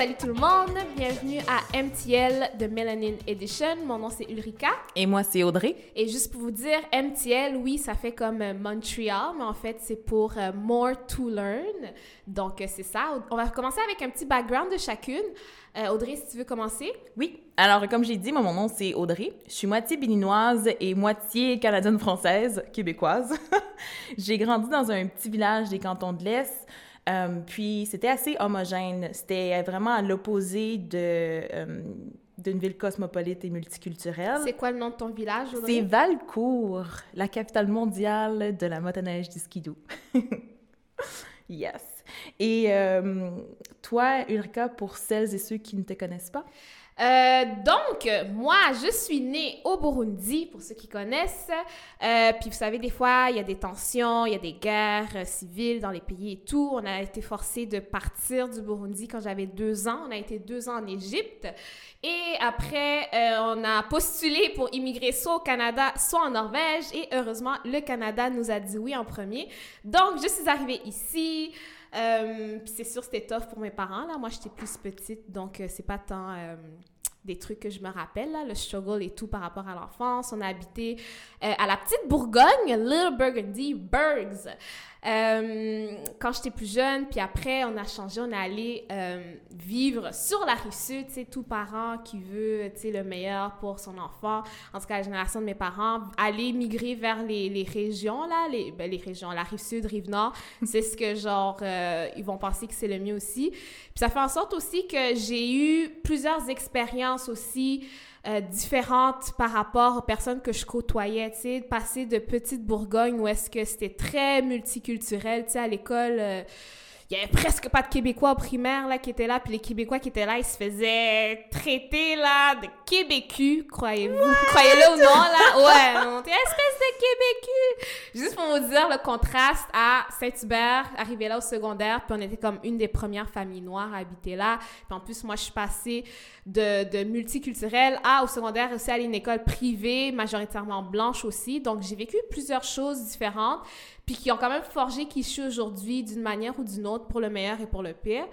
Salut tout le monde, bienvenue à MTL de Melanin Edition. Mon nom c'est Ulrika. Et moi c'est Audrey. Et juste pour vous dire, MTL, oui, ça fait comme Montreal, mais en fait c'est pour More to Learn. Donc c'est ça. On va commencer avec un petit background de chacune. Audrey, si tu veux commencer. Oui. Alors comme j'ai dit, moi, mon nom c'est Audrey. Je suis moitié béninoise et moitié canadienne-française, québécoise. J'ai grandi dans un petit village des cantons de l'Est. Puis c'était assez homogène. C'était vraiment à l'opposé d'une ville cosmopolite et multiculturelle. C'est quoi le nom de ton village, Audrey? C'est Valcourt, la capitale mondiale de la motoneige du skidoo. Yes. Et toi, Ulrika, pour celles et ceux qui ne te connaissent pas? Donc, moi, je suis née au Burundi, pour ceux qui connaissent. Puis, vous savez, des fois, il y a des tensions, il y a des guerres civiles dans les pays et tout. On a été forcés de partir du Burundi quand j'avais 2 ans. On a été 2 ans en Égypte. Et après, on a postulé pour immigrer soit au Canada, soit en Norvège. Et heureusement, le Canada nous a dit oui en premier. Donc, je suis arrivée ici. Puis c'est sûr, c'était tough pour mes parents, là. Moi, j'étais plus petite, donc c'est pas tant des trucs que je me rappelle, là, le struggle et tout par rapport à l'enfance. On a habité à la petite Bourgogne, Little Burgundy, Burgs, quand j'étais plus jeune. Puis après, on a changé, on est allé vivre sur la Rive-Sud, tu sais, tout parent qui veut, tu sais, le meilleur pour son enfant. En tout cas, la génération de mes parents, aller migrer vers les régions, là, les régions, la Rive-Sud, Rive-Nord, c'est ce que, genre, ils vont penser que c'est le mieux aussi. Puis ça fait en sorte aussi que j'ai eu plusieurs expériences aussi différentes par rapport aux personnes que je côtoyais, tu sais, passer de petite Bourgogne où est-ce que c'était très multiculturel, tu sais, à l'école, il y avait presque pas de Québécois au primaire, là, qui étaient là, puis les Québécois qui étaient là, ils se faisaient traiter, là, de Québécus, croyez-vous, croyez-le ou non, là, ouais, on était espèce de Québécus, juste pour vous dire le contraste à Saint-Hubert, arrivé là au secondaire, puis on était comme une des premières familles noires à habiter là, puis en plus, moi, je suis passée de multiculturel au secondaire aussi aller à une école privée, majoritairement blanche aussi, donc j'ai vécu plusieurs choses différentes, puis qui ont quand même forgé qui je suis aujourd'hui d'une manière ou d'une autre, pour le meilleur et pour le pire.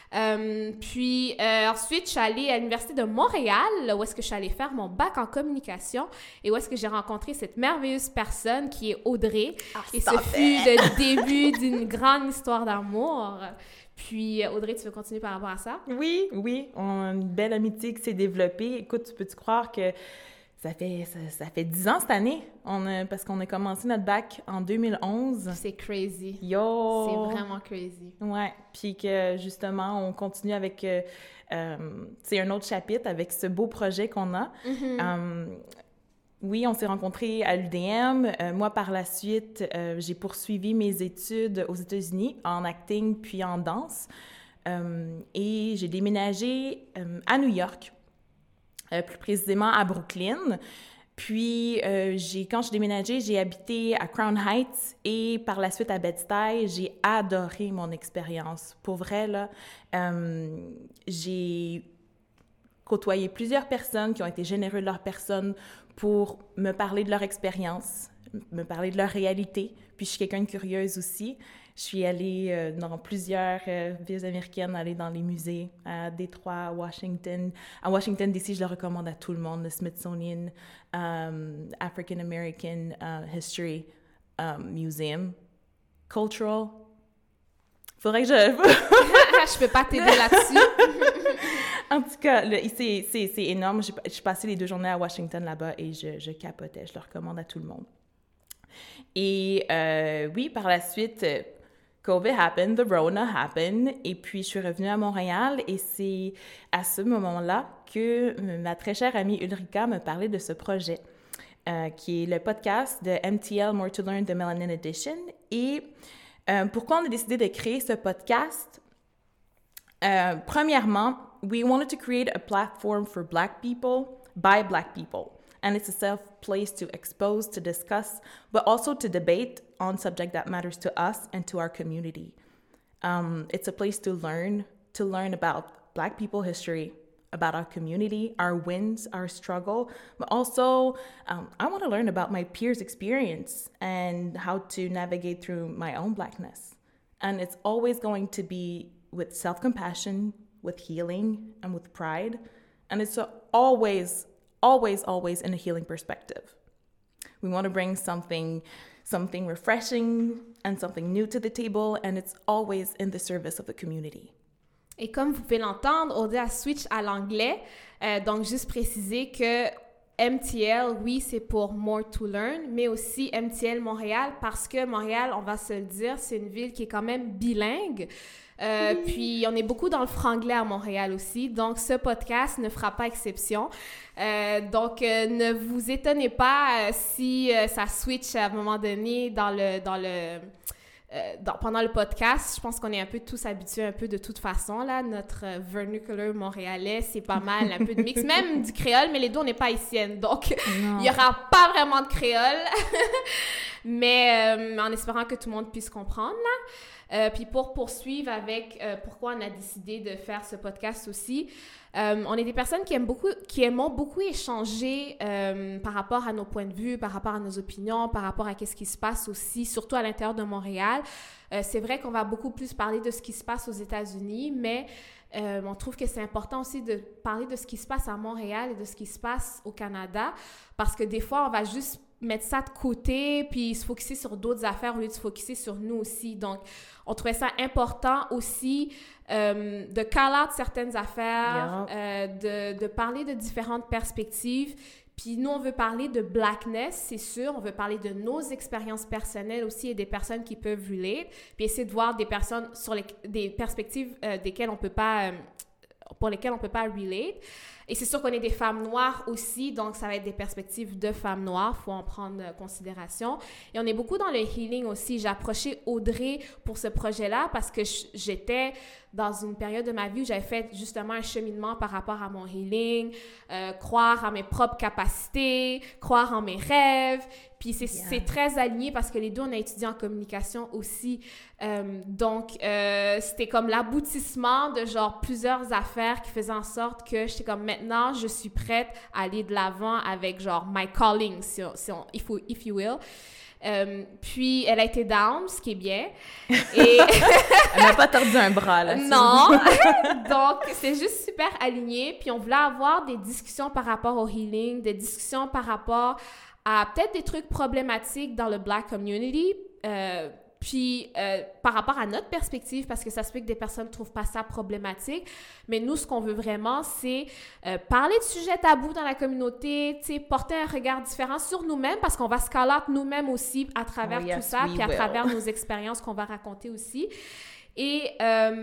Puis ensuite, je suis allée à l'Université de Montréal, où est-ce que je suis allée faire mon bac en communication et où est-ce que j'ai rencontré cette merveilleuse personne qui est Audrey. Et ce fut le début d'une grande histoire d'amour. Puis, Audrey, tu veux continuer par rapport à ça? Oui, on a une belle amitié qui s'est développée. Écoute, peux-tu croire que ça fait 10 ans cette année, parce qu'on a commencé notre bac en 2011. C'est crazy. Yo! C'est vraiment crazy. Ouais, puis que justement, on continue avec, c'est un autre chapitre avec ce beau projet qu'on a. Mm-hmm. Oui, on s'est rencontrés à l'UDM. Moi, par la suite, j'ai poursuivi mes études aux États-Unis en acting puis en danse. Et j'ai déménagé à New York. Plus précisément à Brooklyn. Puis, quand je suis déménagée, j'ai habité à Crown Heights et par la suite à Bed-Stuy. J'ai adoré mon expérience. Pour vrai, là, j'ai côtoyé plusieurs personnes qui ont été généreuses de leur personne pour me parler de leur expérience, me parler de leur réalité. Puis, je suis quelqu'un de curieuse aussi. Je suis allée dans plusieurs villes américaines, aller dans les musées, à Détroit, à Washington. À Washington, D.C., je le recommande à tout le monde, le Smithsonian African American History Museum. Cultural. Faudrait que Je peux pas t'aider là-dessus. En tout cas, c'est énorme. J'ai passé les 2 journées à Washington là-bas et je capotais. Je le recommande à tout le monde. Et oui, par la suite, COVID happened, the Rona happened, et puis je suis revenue à Montréal et c'est à ce moment-là que ma très chère amie Ulrika me parlait de ce projet qui est le podcast de MTL More to Learn de Melanin Edition. Et pourquoi on a décidé de créer ce podcast? Premièrement, we wanted to create a platform for Black people by Black people. And it's a safe place to expose, to discuss, but also to debate on subject that matters to us and to our community. It's a place to learn about Black people history, about our community, our wins, our struggle, but also I want to learn about my peers' experience and how to navigate through my own Blackness. And it's always going to be with self-compassion, with healing and with pride. And it's always in a healing perspective. We want to bring something refreshing and something new to the table, and it's always in the service of the community. Et comme vous pouvez l'entendre, Audrey a switch à l'anglais. Donc, juste préciser que MTL, oui, c'est pour More to Learn, mais aussi MTL Montréal, parce que Montréal, on va se le dire, c'est une ville qui est quand même bilingue. Puis, on est beaucoup dans le franglais à Montréal aussi. Donc, ce podcast ne fera pas exception. Donc, ne vous étonnez pas si ça switch à un moment donné pendant le podcast. Je pense qu'on est un peu tous habitués un peu de toute façon, là. Notre vernacular montréalais, c'est pas mal, un peu de mix, même du créole, mais les deux, on n'est pas haïtiennes. Donc, il n'y aura pas vraiment de créole. Mais en espérant que tout le monde puisse comprendre, là. Puis pour poursuivre avec pourquoi on a décidé de faire ce podcast aussi, on est des personnes qui aimons beaucoup échanger par rapport à nos points de vue, par rapport à nos opinions, par rapport à ce qui se passe aussi, surtout à l'intérieur de Montréal. C'est vrai qu'on va beaucoup plus parler de ce qui se passe aux États-Unis, mais on trouve que c'est important aussi de parler de ce qui se passe à Montréal et de ce qui se passe au Canada, parce que des fois, on va juste mettre ça de côté, puis se focusser sur d'autres affaires au lieu de se focusser sur nous aussi. Donc, on trouvait ça important aussi de call out certaines affaires, de parler de différentes perspectives. Puis nous, on veut parler de Blackness, c'est sûr. On veut parler de nos expériences personnelles aussi et des personnes qui peuvent relate. Puis essayer de voir des personnes des perspectives pour lesquelles on ne peut pas relate. Et c'est sûr qu'on est des femmes noires aussi, donc ça va être des perspectives de femmes noires, il faut en prendre considération. Et on est beaucoup dans le healing aussi. J'ai approché Audrey pour ce projet-là parce que j'étais dans une période de ma vie où j'avais fait justement un cheminement par rapport à mon healing, croire à mes propres capacités, croire en mes rêves. Puis c'est très aligné parce que les deux, on a étudié en communication aussi. Donc, c'était comme l'aboutissement de genre plusieurs affaires qui faisaient en sorte que j'étais comme maintenant, je suis prête à aller de l'avant avec genre my calling, if you will. Puis, elle a été down, ce qui est bien. Et elle n'a pas tordu un bras, là. Non! Donc, c'est juste super aligné. Puis, on voulait avoir des discussions par rapport au healing, des discussions par rapport à peut-être des trucs problématiques dans le Black community. Puis, par rapport à notre perspective, parce que ça se peut que des personnes ne trouvent pas ça problématique, mais nous, ce qu'on veut vraiment, c'est parler de sujets tabous dans la communauté, tu sais, porter un regard différent sur nous-mêmes, parce qu'on va se call out nous-mêmes aussi à travers tout ça, puis à travers nos expériences qu'on va raconter aussi. Et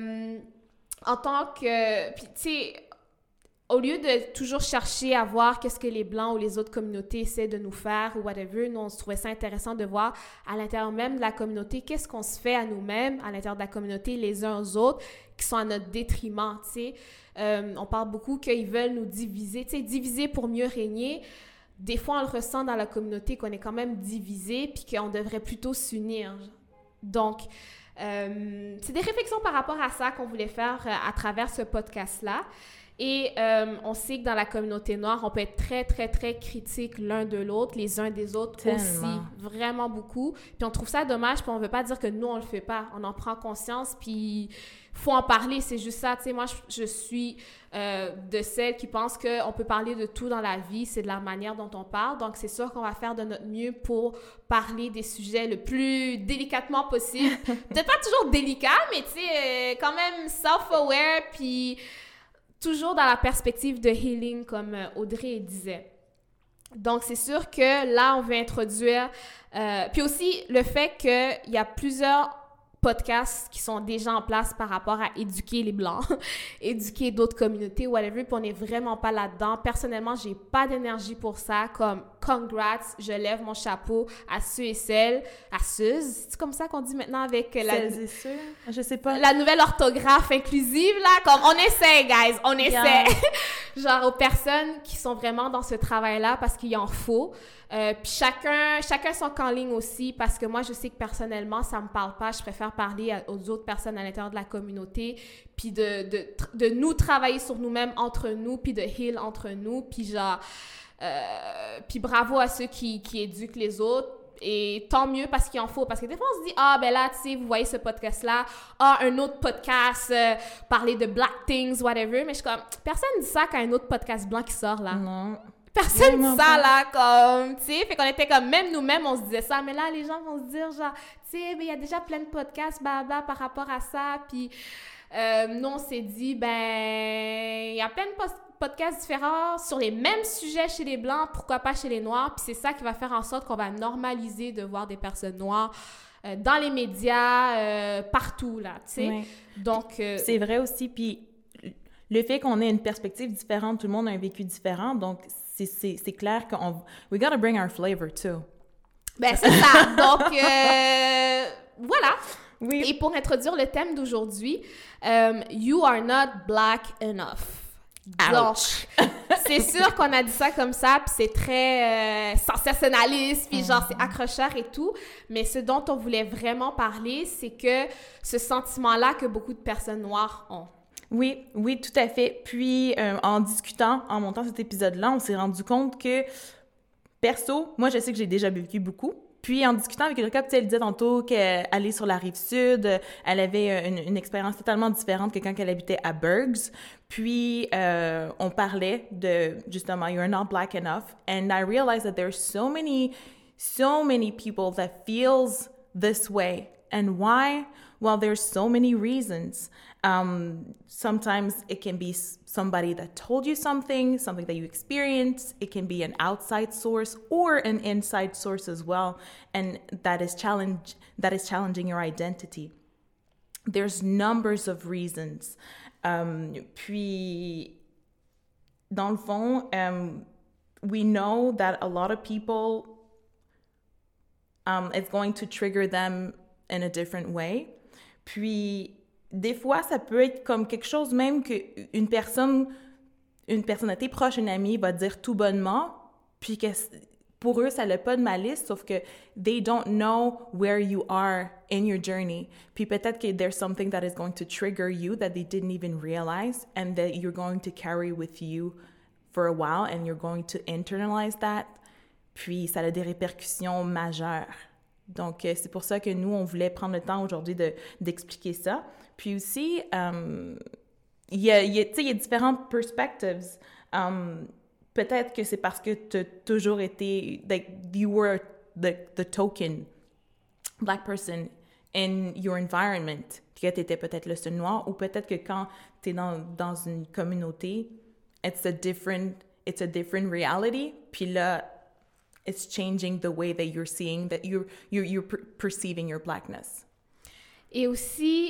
en tant que... Puis, tu sais... Au lieu de toujours chercher à voir qu'est-ce que les Blancs ou les autres communautés essaient de nous faire ou whatever, nous, on se trouvait ça intéressant de voir à l'intérieur même de la communauté, qu'est-ce qu'on se fait à nous-mêmes, à l'intérieur de la communauté, les uns aux autres, qui sont à notre détriment, tu sais. On parle beaucoup qu'ils veulent nous diviser, tu sais, diviser pour mieux régner. Des fois, on le ressent dans la communauté qu'on est quand même divisé puis qu'on devrait plutôt s'unir. Donc, c'est des réflexions par rapport à ça qu'on voulait faire à travers ce podcast-là. Et on sait que dans la communauté noire, on peut être très, très, très critique l'un de l'autre, les uns des autres aussi, vraiment beaucoup. Puis on trouve ça dommage, puis on ne veut pas dire que nous, on ne le fait pas. On en prend conscience, puis il faut en parler, c'est juste ça. Tu sais, moi, je suis de celles qui pensent qu'on peut parler de tout dans la vie, c'est de la manière dont on parle. Donc, c'est sûr qu'on va faire de notre mieux pour parler des sujets le plus délicatement possible. Peut-être pas toujours délicat, mais tu sais, quand même self-aware, puis... toujours dans la perspective de healing, comme Audrey disait. Donc, c'est sûr que là, on veut introduire... puis aussi, le fait qu'il y a plusieurs podcasts qui sont déjà en place par rapport à éduquer les Blancs, éduquer d'autres communautés, whatever, puis on n'est vraiment pas là-dedans. Personnellement, j'ai pas d'énergie pour ça, comme congrats, je lève mon chapeau à ceux et celles, à Suze, c'est comme ça qu'on dit maintenant avec je sais pas. La nouvelle orthographe inclusive, là, comme on essaie, guys, on essaie. Genre aux personnes qui sont vraiment dans ce travail-là parce qu'il en faut. Puis chacun son calling aussi, parce que moi, je sais que personnellement, ça me parle pas. Je préfère parler aux autres personnes à l'intérieur de la communauté, puis de nous travailler sur nous-mêmes entre nous, puis de heal entre nous, puis genre... puis bravo à ceux qui éduquent les autres. Et tant mieux parce qu'il en faut. Parce que des fois, on se dit, ah, ben là, tu sais, vous voyez ce podcast-là, ah, un autre podcast, parler de black things, whatever. Mais je suis comme, personne dit ça quand un autre podcast blanc qui sort, là. Non. Personne dit ça, là, comme, tu sais. Fait qu'on était comme, même nous-mêmes, on se disait ça. Mais là, les gens vont se dire, genre, tu sais, ben, il y a déjà plein de podcasts, blabla, par rapport à ça. Puis, nous, on s'est dit, ben, il y a plein de podcasts différents sur les mêmes sujets chez les Blancs, pourquoi pas chez les Noirs. Puis c'est ça qui va faire en sorte qu'on va normaliser de voir des personnes noires dans les médias, partout, là, tu sais. Ouais. Donc... c'est vrai aussi, puis le fait qu'on ait une perspective différente, tout le monde a un vécu différent, donc c'est clair qu'on... We gotta bring our flavor, too. Ben, c'est ça. Donc, voilà. Oui. Et pour introduire le thème d'aujourd'hui, You are not black enough. Donc, c'est sûr qu'on a dit ça comme ça, puis c'est très sensationnaliste, puis genre c'est accrocheur et tout, mais ce dont on voulait vraiment parler, c'est que ce sentiment-là que beaucoup de personnes noires ont. Oui, oui, tout à fait. Puis, en discutant, en montant cet épisode-là, on s'est rendu compte que, perso, moi, je sais que j'ai déjà vécu beaucoup. Puis, en discutant avec Erika, elle disait tantôt qu'elle allait sur la Rive-Sud, elle avait une expérience totalement différente que quand elle habitait à Bergs. Puis, on parlait de, justement, you're not black enough. And I realized that there's so many people that feels this way. And why? Well, there's so many reasons. Sometimes it can be somebody that told you something that you experienced. It can be an outside source or an inside source as well. And that is challenging your identity. There's numbers of reasons. Puis, dans le fond, we know that a lot of people, it's going to trigger them in a different way. Puis, des fois, ça peut être comme quelque chose même qu'une personnalité proche, une amie, va dire tout bonnement, puis que pour eux, ça n'a pas de malice, sauf que they don't know where you are in your journey. Puis peut-être que there's something that is going to trigger you that they didn't even realize and that you're going to carry with you for a while and you're going to internalize that. Puis ça a des répercussions majeures. Donc, c'est pour ça que nous, on voulait prendre le temps aujourd'hui d'expliquer ça. Puis aussi, il y a différentes perspectives. Peut-être que c'est parce que tu as toujours été, like, you were the token black person in your environment, que tu étais peut-être le seul noir, ou peut-être que quand tu es dans une communauté, it's a different reality, puis là, it's changing the way that you're seeing, that you're perceiving your blackness. Et aussi,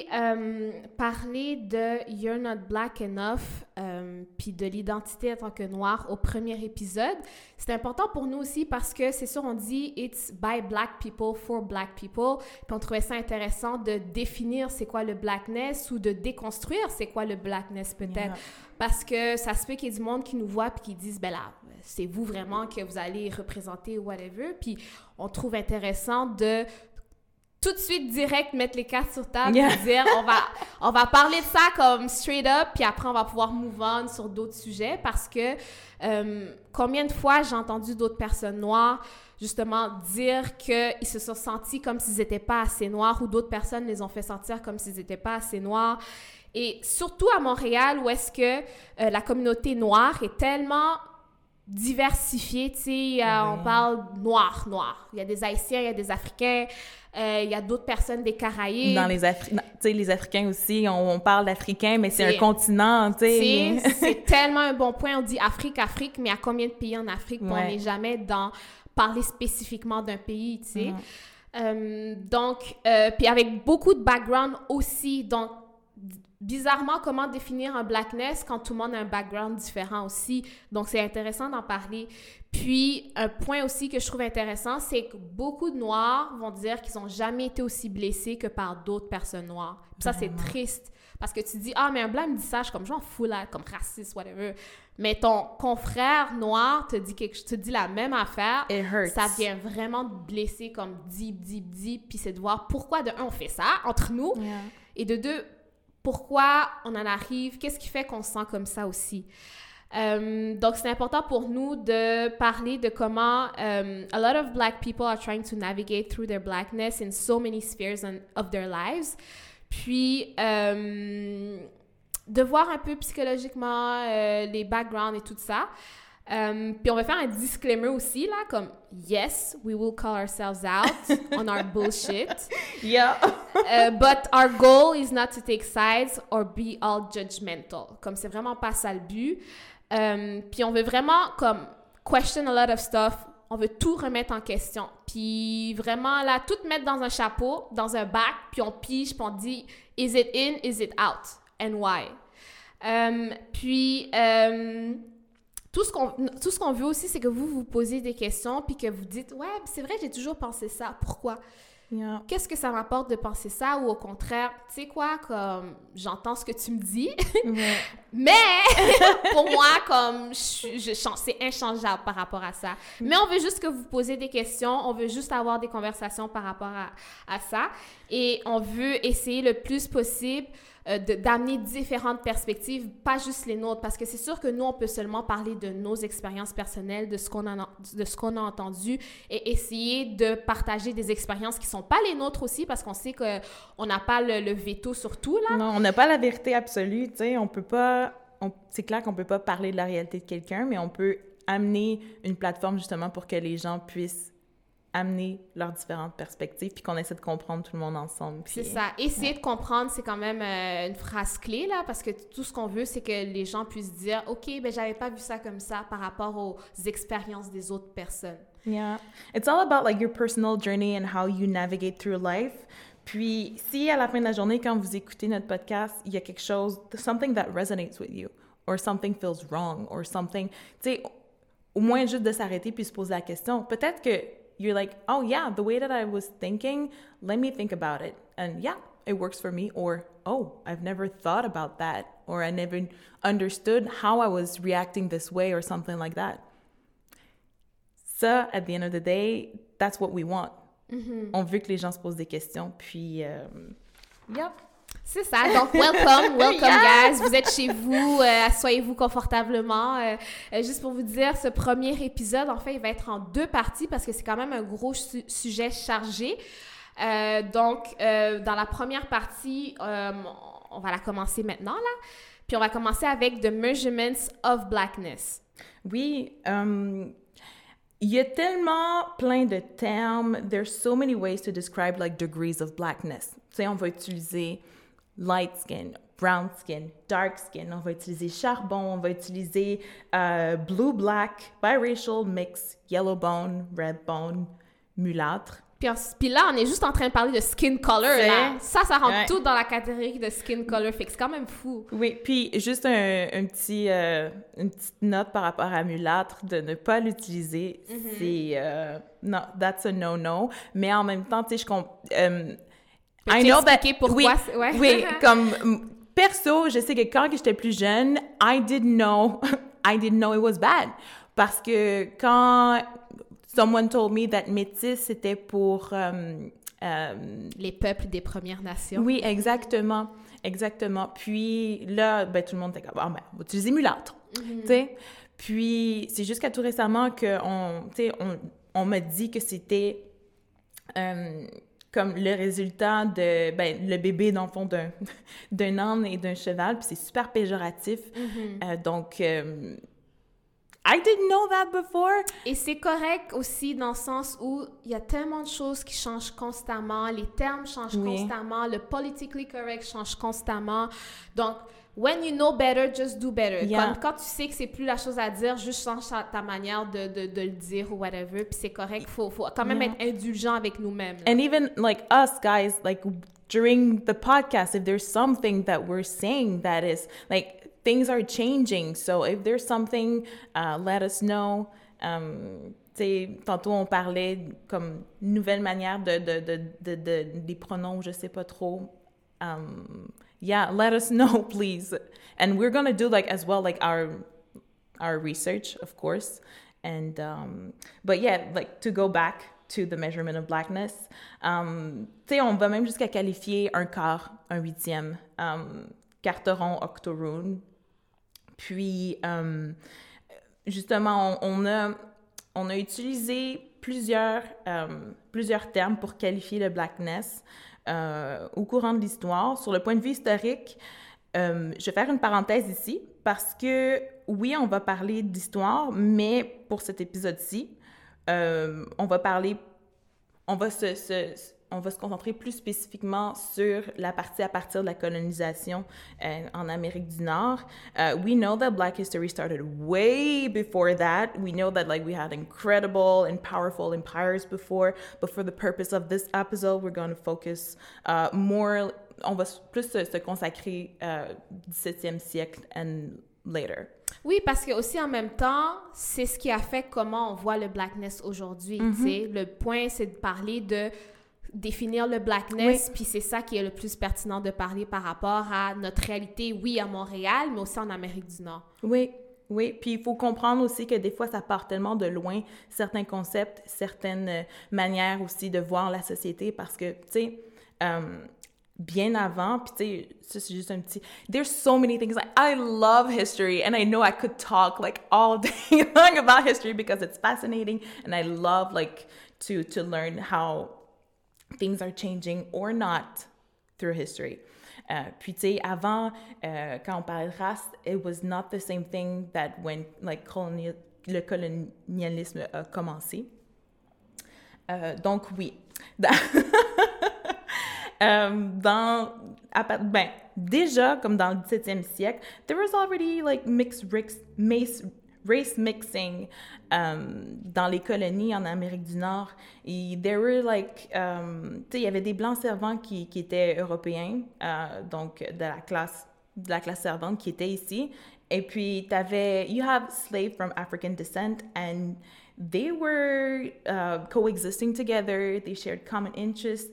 parler de You're not black enough, puis de l'identité en tant que noire au premier épisode, c'est important pour nous aussi parce que c'est sûr, on dit it's by black people for black people, puis on trouvait ça intéressant de définir c'est quoi le blackness ou de déconstruire c'est quoi le blackness peut-être. Yeah. Parce que ça se peut qu'il y ait du monde qui nous voit puis qui disent, ben là, c'est vous vraiment que vous allez représenter ou whatever, puis on trouve intéressant de tout de suite, direct, mettre les cartes sur table et dire, on va parler de ça comme straight up, puis après, on va pouvoir move on sur d'autres sujets parce que combien de fois j'ai entendu d'autres personnes noires justement dire qu'ils se sont sentis comme s'ils n'étaient pas assez noirs ou d'autres personnes les ont fait sentir comme s'ils n'étaient pas assez noirs. Et surtout à Montréal, où est-ce que la communauté noire est tellement diversifiée, tu sais, on parle noir. Il y a des Haïtiens, il y a des Africains, il y a d'autres personnes des Caraïbes. Dans les Africains aussi, on parle d'Africains, mais c'est un continent, tu sais. C'est tellement un bon point. On dit Afrique, mais il y a combien de pays en Afrique? On n'est jamais dans parler spécifiquement d'un pays, tu sais. Donc, puis avec beaucoup de background aussi, donc bizarrement, comment définir un blackness quand tout le monde a un background différent aussi? Donc, c'est intéressant d'en parler. Puis, un point aussi que je trouve intéressant, c'est que beaucoup de Noirs vont dire qu'ils n'ont jamais été aussi blessés que par d'autres personnes noires. Puis ça, c'est triste. Parce que tu dis, ah, mais un blanc me dit ça, je suis comme, je m'en fous là, comme raciste, whatever. Mais ton confrère noir te dit la même affaire. It hurts. Ça vient vraiment te blesser comme deep. Puis c'est de voir pourquoi, de un, on fait ça entre nous. Yeah. Et de deux, pourquoi on en arrive, qu'est-ce qui fait qu'on se sent comme ça aussi. Donc, c'est important pour nous de parler de comment a lot of Black people are trying to navigate through their Blackness in so many spheres of their lives. Puis, de voir un peu psychologiquement les backgrounds et tout ça. Puis on va faire un disclaimer aussi, là, comme « Yes, we will call ourselves out on our bullshit. Yeah. But our goal is not to take sides or be all judgmental. » Comme c'est vraiment pas ça le but. Puis on veut vraiment, comme, question a lot of stuff. On veut tout remettre en question. Puis vraiment, là, tout mettre dans un chapeau, dans un bac, puis on pige, puis on dit « Is it in? Is it out? And why? » Tout ce qu'on veut aussi, c'est que vous vous posez des questions puis que vous dites « Ouais, c'est vrai, j'ai toujours pensé ça. Pourquoi? Yeah. Qu'est-ce que ça m'apporte de penser ça? » Ou au contraire, tu sais quoi, comme j'entends ce que tu me dis, mais pour moi, comme c'est inchangeable par rapport à ça. Mais on veut juste que vous posez des questions, on veut juste avoir des conversations par rapport à ça et on veut essayer le plus possible d'amener différentes perspectives, pas juste les nôtres, parce que c'est sûr que nous, on peut seulement parler de nos expériences personnelles, de ce qu'on a entendu, et essayer de partager des expériences qui sont pas les nôtres aussi, parce qu'on sait qu'on n'a pas le veto sur tout, là. Non, on n'a pas la vérité absolue, tu sais, on peut pas... c'est clair qu'on peut pas parler de la réalité de quelqu'un, mais on peut amener une plateforme, justement, pour que les gens puissent amener leurs différentes perspectives puis qu'on essaie de comprendre tout le monde ensemble. Puis, c'est ça. Essayer de comprendre, c'est quand même une phrase clé, là, parce que tout ce qu'on veut, c'est que les gens puissent dire « OK, ben j'avais pas vu ça comme ça par rapport aux expériences des autres personnes. » Yeah. It's all about, like, your personal journey and how you navigate through life. Puis, si à la fin de la journée, quand vous écoutez notre podcast, il y a quelque chose, something that resonates with you, or something feels wrong, or something, tu sais, au moins juste de s'arrêter puis se poser la question. Peut-être que you're like, oh yeah, the way that I was thinking, let me think about it. And yeah, it works for me. Or, oh, I've never thought about that. Or I never understood how I was reacting this way or something like that. Ça, at the end of the day, that's what we want. Mm-hmm. On veut que les gens se posent des questions. Puis, yeah. C'est ça. Donc, welcome, yeah. Guys. Vous êtes chez vous, asseyez-vous confortablement. Juste pour vous dire, ce premier épisode, en fait, il va être en 2 parties parce que c'est quand même un gros sujet chargé. Donc, dans la première partie, on va la commencer maintenant, là. Puis, on va commencer avec « The Measurements of Blackness ». Oui, il y a tellement plein de termes. There's so many ways to describe, like, degrees of blackness. Tu sais, on va utiliser light skin, brown skin, dark skin. On va utiliser charbon, on va utiliser blue, black, biracial, mix, yellow bone, red bone, mulâtre. Puis là, on est juste en train de parler de skin color, là. Ça rentre tout dans la catégorie de skin color. Fait que c'est quand même fou. Oui, puis juste une petite note par rapport à mulâtre, de ne pas l'utiliser. Mm-hmm. C'est... non, that's a no-no. Mais en même temps, tu sais, I know that... pourquoi? Oui, comme... Perso, je sais que quand j'étais plus jeune, I didn't know it was bad. Parce que quand... Someone told me that métis, c'était pour... les peuples des Premières Nations. Oui, exactement. Exactement. Puis là, ben, tout le monde était comme, on va utiliser mulâtre. Mm-hmm. Tu sais? Puis c'est jusqu'à tout récemment qu'on m'a dit que c'était comme le résultat de... Ben, le bébé, dans le fond, d'un âne et d'un cheval. Puis c'est super péjoratif. Mm-hmm. Donc... I didn't know that before. Et c'est correct aussi dans le sens où il y a tellement de choses qui changent constamment, les termes changent constamment, le politically correct change constamment. Donc, when you know better, just do better. Yeah. Quand tu sais que c'est plus la chose à dire, juste change ta manière de le dire ou whatever. Puis c'est correct, faut quand même être indulgent avec nous-mêmes. And even like us guys, like during the podcast, if there's something that we're saying that is like things are changing, so if there's something, let us know. Tantôt, on parlait comme nouvelle manière des pronoms, je sais pas trop. Yeah, let us know, please. And we're gonna do like as well, like our research, of course. And but yeah, like to go back to the measurement of blackness. On va même jusqu'à qualifier un quart, un huitième, quarteron, octoroon. Puis, justement, on a utilisé plusieurs termes pour qualifier le Blackness au courant de l'histoire. Sur le point de vue historique, je vais faire une parenthèse ici parce que, oui, on va parler d'histoire, mais pour cet épisode-ci, on va se concentrer plus spécifiquement sur la partie à partir de la colonisation en Amérique du Nord. We know that Black history started way before that. We know that we had incredible and powerful empires before, but for the purpose of this episode, we're going to focus more. On va plus se consacrer au 17e siècle and later. Oui, parce que aussi en même temps, c'est ce qui a fait comment on voit le Blackness aujourd'hui. Tu sais, le point, c'est de parler de définir le Blackness, puis c'est ça qui est le plus pertinent de parler par rapport à notre réalité, oui, à Montréal, mais aussi en Amérique du Nord. Oui, puis il faut comprendre aussi que des fois, ça part tellement de loin, certains concepts, certaines manières aussi de voir la société, parce que, tu sais, bien avant, puis tu sais, ça c'est juste un petit... There's so many things. I love history, and I know I could talk all day long about history because it's fascinating, and I love to learn how things are changing or not through history. Puis, tu sais, avant, quand on parlait de race, it was not the same thing that when, le colonialisme a commencé. Donc, oui. Déjà, comme dans le 17e siècle, there was already, mixed race mixing dans les colonies en Amérique du Nord. Et there were tu sais, il y avait des blancs servants qui étaient européens, donc de la classe servante qui était ici. Et puis you have slaves from African descent, and they were coexisting together. They shared common interests.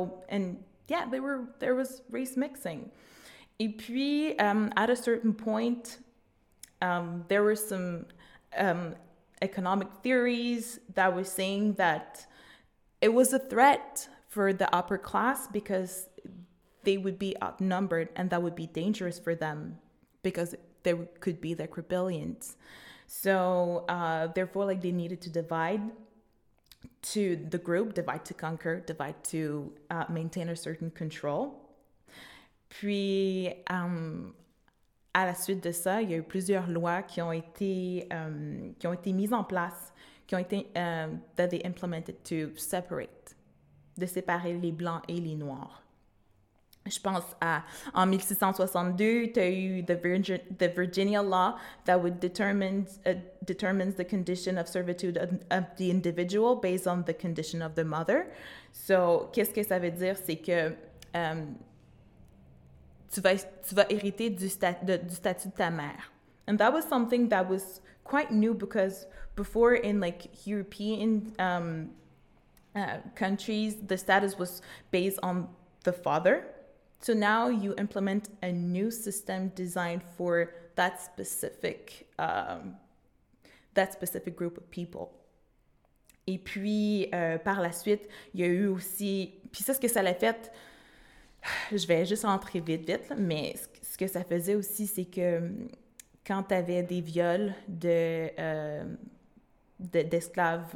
There was race mixing. Et puis at a certain point, there were some economic theories that were saying that it was a threat for the upper class because they would be outnumbered, and that would be dangerous for them because there could be rebellions. So therefore, they needed to divide to the group, divide to conquer, divide to maintain a certain control. Puis à la suite de ça, il y a eu plusieurs lois qui ont été mises en place, qui ont été that they implemented to separate, de séparer les blancs et les noirs. Je pense en 1662, tu as eu the Virginia Law that would determines the condition of servitude of the individual based on the condition of the mother. So, qu'est-ce que ça veut dire? C'est que tu vas hériter du statut de ta mère. And that was something that was quite new because before in European countries, the status was based on the father. So now you implement a new system designed for that specific group of people. Et puis, par la suite, il y a eu aussi... Puis ça, ce que ça l'a fait, je vais juste rentrer vite, là, mais ce que ça faisait aussi, c'est que quand tu avais des viols d'esclaves,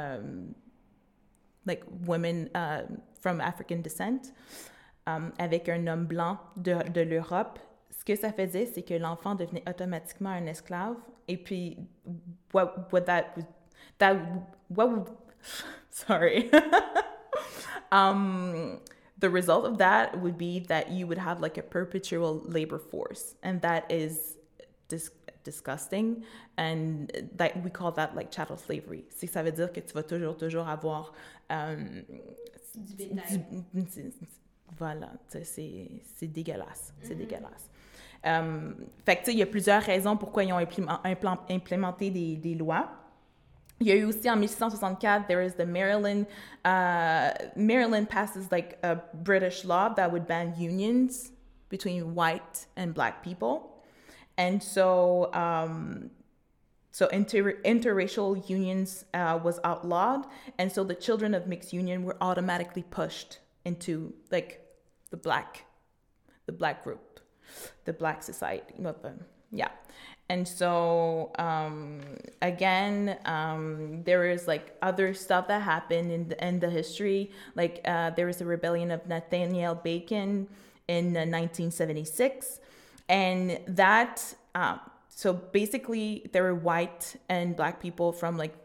women from African descent, avec un homme blanc de l'Europe, ce que ça faisait, c'est que l'enfant devenait automatiquement un esclave. Et puis, sorry. The result of that would be that you would have a perpetual labor force, and that is disgusting, and that we call that chattel slavery. C'est que ça veut dire que tu vas toujours avoir voilà, c'est dégueulasse. C'est dégueulasse. Fait que, tu sais, il y a plusieurs raisons pourquoi ils ont implémenté des lois. Il y a eu aussi en 1664, there is the Maryland passes a British law that would ban unions between white and black people. And so interracial unions was outlawed. And so the children of mixed union were automatically pushed into the black group, the black society. Yeah. And so, again, there is like other stuff that happened in the history. Like there was a rebellion of Nathaniel Bacon in 1976. And that, so basically there were white and black people from like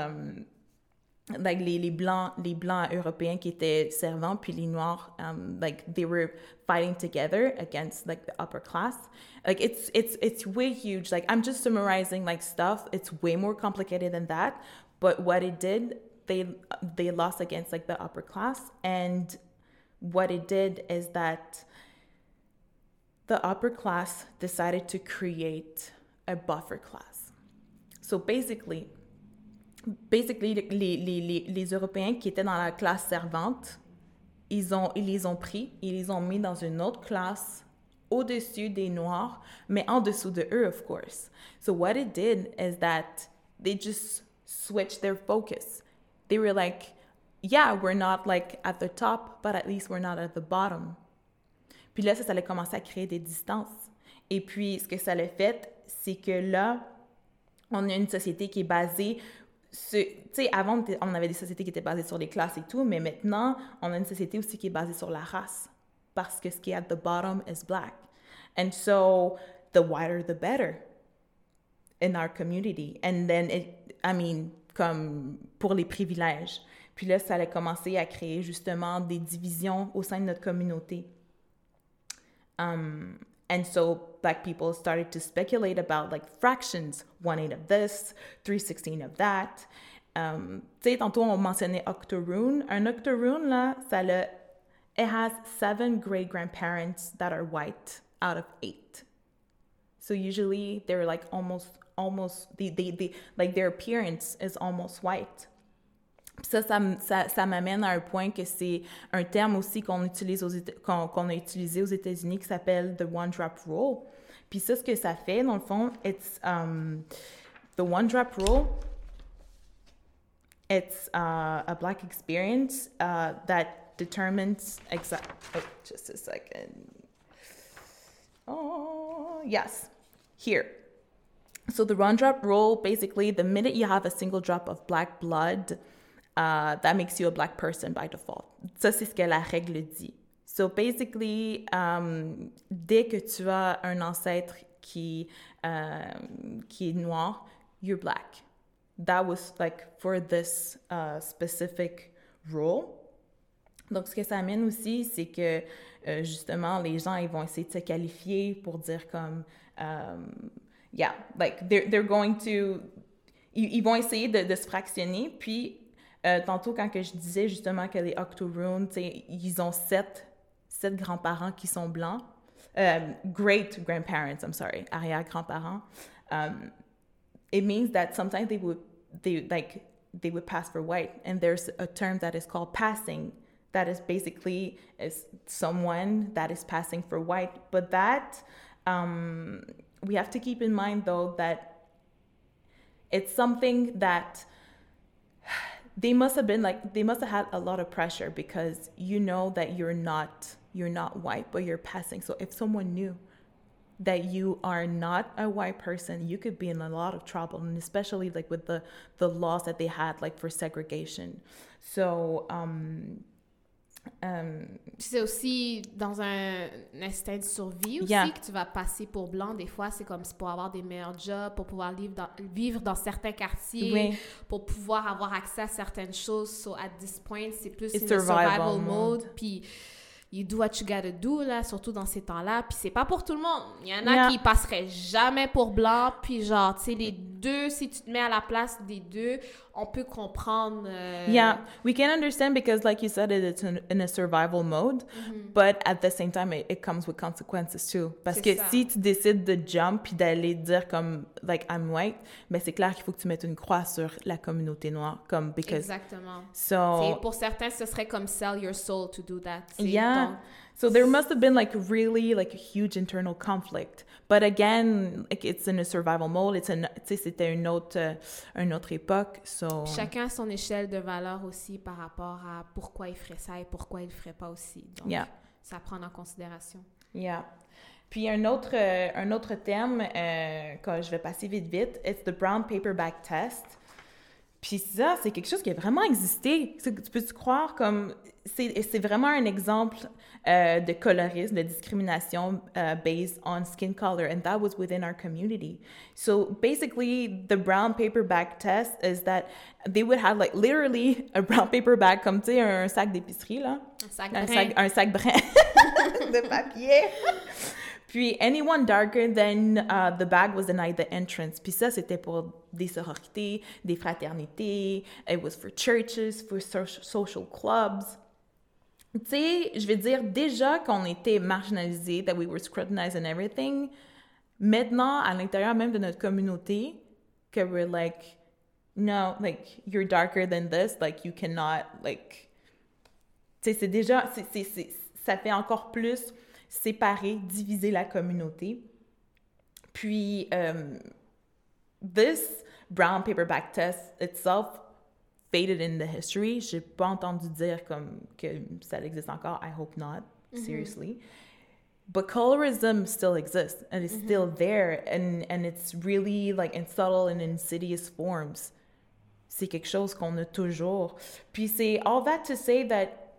les blancs européens qui étaient servants, puis les noirs, like they were fighting together against like the upper class. Like it's way huge. Like I'm just summarizing like stuff. It's way more complicated than that. But what it did, they lost against like the upper class. And what it did is that the upper class decided to create a buffer class. So basically, les Européens qui étaient dans la classe servante, ils les ont pris, ils les ont mis dans une autre classe au-dessus des Noirs, mais en dessous de eux, of course. So what it did is that they just switched their focus. They were like, yeah, we're not like at the top, but at least we're not at the bottom. Puis là, ça allait commencer à créer des distances. Et puis, ce que ça l'a fait, c'est que là, on a une société qui est basée tu sais, avant, on avait des sociétés qui étaient basées sur les classes et tout, mais maintenant, on a une société aussi qui est basée sur la race. Parce que ce qui est at the bottom is black. And so, the whiter, the better in our community. And then, comme pour les privilèges. Puis là, ça allait commencer à créer justement des divisions au sein de notre communauté. And so black people started to speculate about like fractions, 1/8 of this, 3/16 of that. Tu sais, tantôt on mentionnait octoroon. Un octoroon, là, it has 7 great-grandparents that are white out of 8. So usually they're like almost, they like their appearance is almost white. Ça m'amène à un point que c'est un terme aussi qu'on a utilisé aux États-Unis qui s'appelle the one drop rule. Puis ça, ce que ça fait, dans le fond, it's the one drop rule. It's a black experience that determines just a second. Oh, yes, here. So the one drop rule, basically, the minute you have a single drop of black blood, that makes you a black person by default. Ça, c'est ce que la règle dit. So basically, dès que tu as un ancêtre qui est noir, you're black. That was like for this specific rule. Donc, ce que ça amène aussi, c'est que justement, les gens, ils vont essayer de se qualifier pour dire comme, yeah, like they're going to, ils vont essayer de se fractionner, puis tantôt, quand que je disais justement que les octoroons, ils ont 7 grands-parents qui sont blancs. Great-grandparents, I'm sorry, arrière-grands-parents. It means that sometimes they would pass for white. And there's a term that is called passing. That is basically someone that is passing for white. But that, we have to keep in mind, though, that it's something that they must have had a lot of pressure because you know that you're not white, but you're passing. So if someone knew that you are not a white person, you could be in a lot of trouble, and especially like with the laws that they had like for segregation. So c'est aussi dans un instinct de survie aussi, yeah, que tu vas passer pour blanc. Des fois, c'est comme pour avoir des meilleurs jobs, pour pouvoir vivre dans certains quartiers, oui, pour pouvoir avoir accès à certaines choses. So at this point, c'est plus it's une survival mode. Puis you do what you gotta do, là, surtout dans ces temps-là. Puis c'est pas pour tout le monde. Il y en a qui passeraient jamais pour blanc. Puis genre, tu sais, les deux, si tu te mets à la place des deux, on peut comprendre. Yeah, we can understand because, like you said, it's in a survival mode, but at the same time, it comes with consequences too. Parce que si tu décides de jump puis d'aller dire comme, like, I'm white, ben c'est clair qu'il faut que tu mettes une croix sur la communauté noire, comme, because... Exactement. So... pour certains, ce serait comme sell your soul to do that. Yeah. Donc, so there must have been like really like a huge internal conflict. But again, like it's in a survival mode. C'était une autre époque. So chacun a son échelle de valeur aussi par rapport à pourquoi il ferait ça et pourquoi il le ferait pas aussi. Donc, ça à prendre en considération. Yeah. Puis un autre terme, que je vais passer vite, it's the brown paperback test. Puis ça, c'est quelque chose qui a vraiment existé. Tu peux-tu croire comme... C'est vraiment un exemple de colorisme, de discrimination based on skin color, and that was within our community. So basically, the brown paperback test is that they would have like literally a brown paper bag, comme tu sais, un sac d'épicerie, là. Un sac brun de papier. Puis, anyone darker than the bag was denied the entrance. Puis ça, c'était pour des sororités, des fraternités. It was for churches, for social clubs. Tu sais, je veux dire, déjà qu'on était marginalisés, that we were scrutinized and everything, maintenant, à l'intérieur même de notre communauté, que we're like, no, like, you're darker than this, like, you cannot, like... Tu sais, c'est déjà... ça fait encore plus séparer, diviser la communauté. Puis, this brown paperback test itself faded in the history. J'ai pas entendu dire comme que ça existe encore. I hope not, seriously. But colorism still exists, and it's still there, and it's really like in subtle and insidious forms. C'est quelque chose qu'on a toujours. Puis c'est all that to say that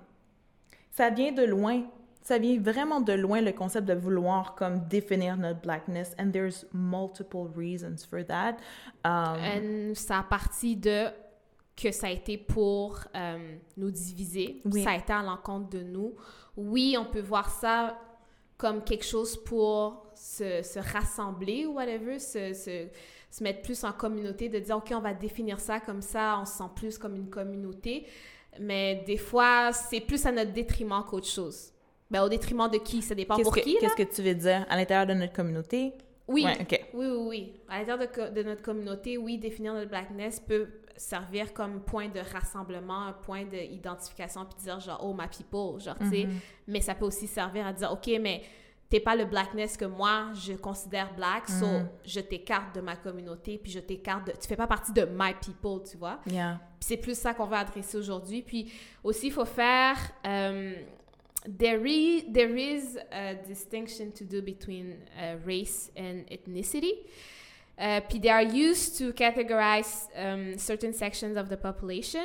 ça vient de loin. Ça vient vraiment de loin, le concept de vouloir comme définir notre blackness, and there's multiple reasons for that. And ça a parti de que ça a été pour nous diviser, oui. Ça a été à l'encontre de nous. Oui, on peut voir ça comme quelque chose pour se rassembler ou whatever, se mettre plus en communauté, de dire, OK, on va définir ça comme ça, on se sent plus comme une communauté. Mais des fois, c'est plus à notre détriment qu'autre chose. Ben, au détriment de qui? Ça dépend pour qui, là? Qu'est-ce que tu veux dire? À l'intérieur de notre communauté? Oui, ouais, okay. oui. À l'intérieur de notre communauté, oui, définir notre blackness peut servir comme point de rassemblement, un point d'identification, puis dire genre, oh, my people, genre, tu sais. Mais ça peut aussi servir à dire, OK, mais t'es pas le blackness que moi, je considère black, so je t'écarte de ma communauté, puis je t'écarte de... Tu fais pas partie de my people, tu vois? Yeah. Puis c'est plus ça qu'on va adresser aujourd'hui. Puis aussi, il faut faire... There is a distinction to do between race and ethnicity. Puis they are used to categorize certain sections of the population.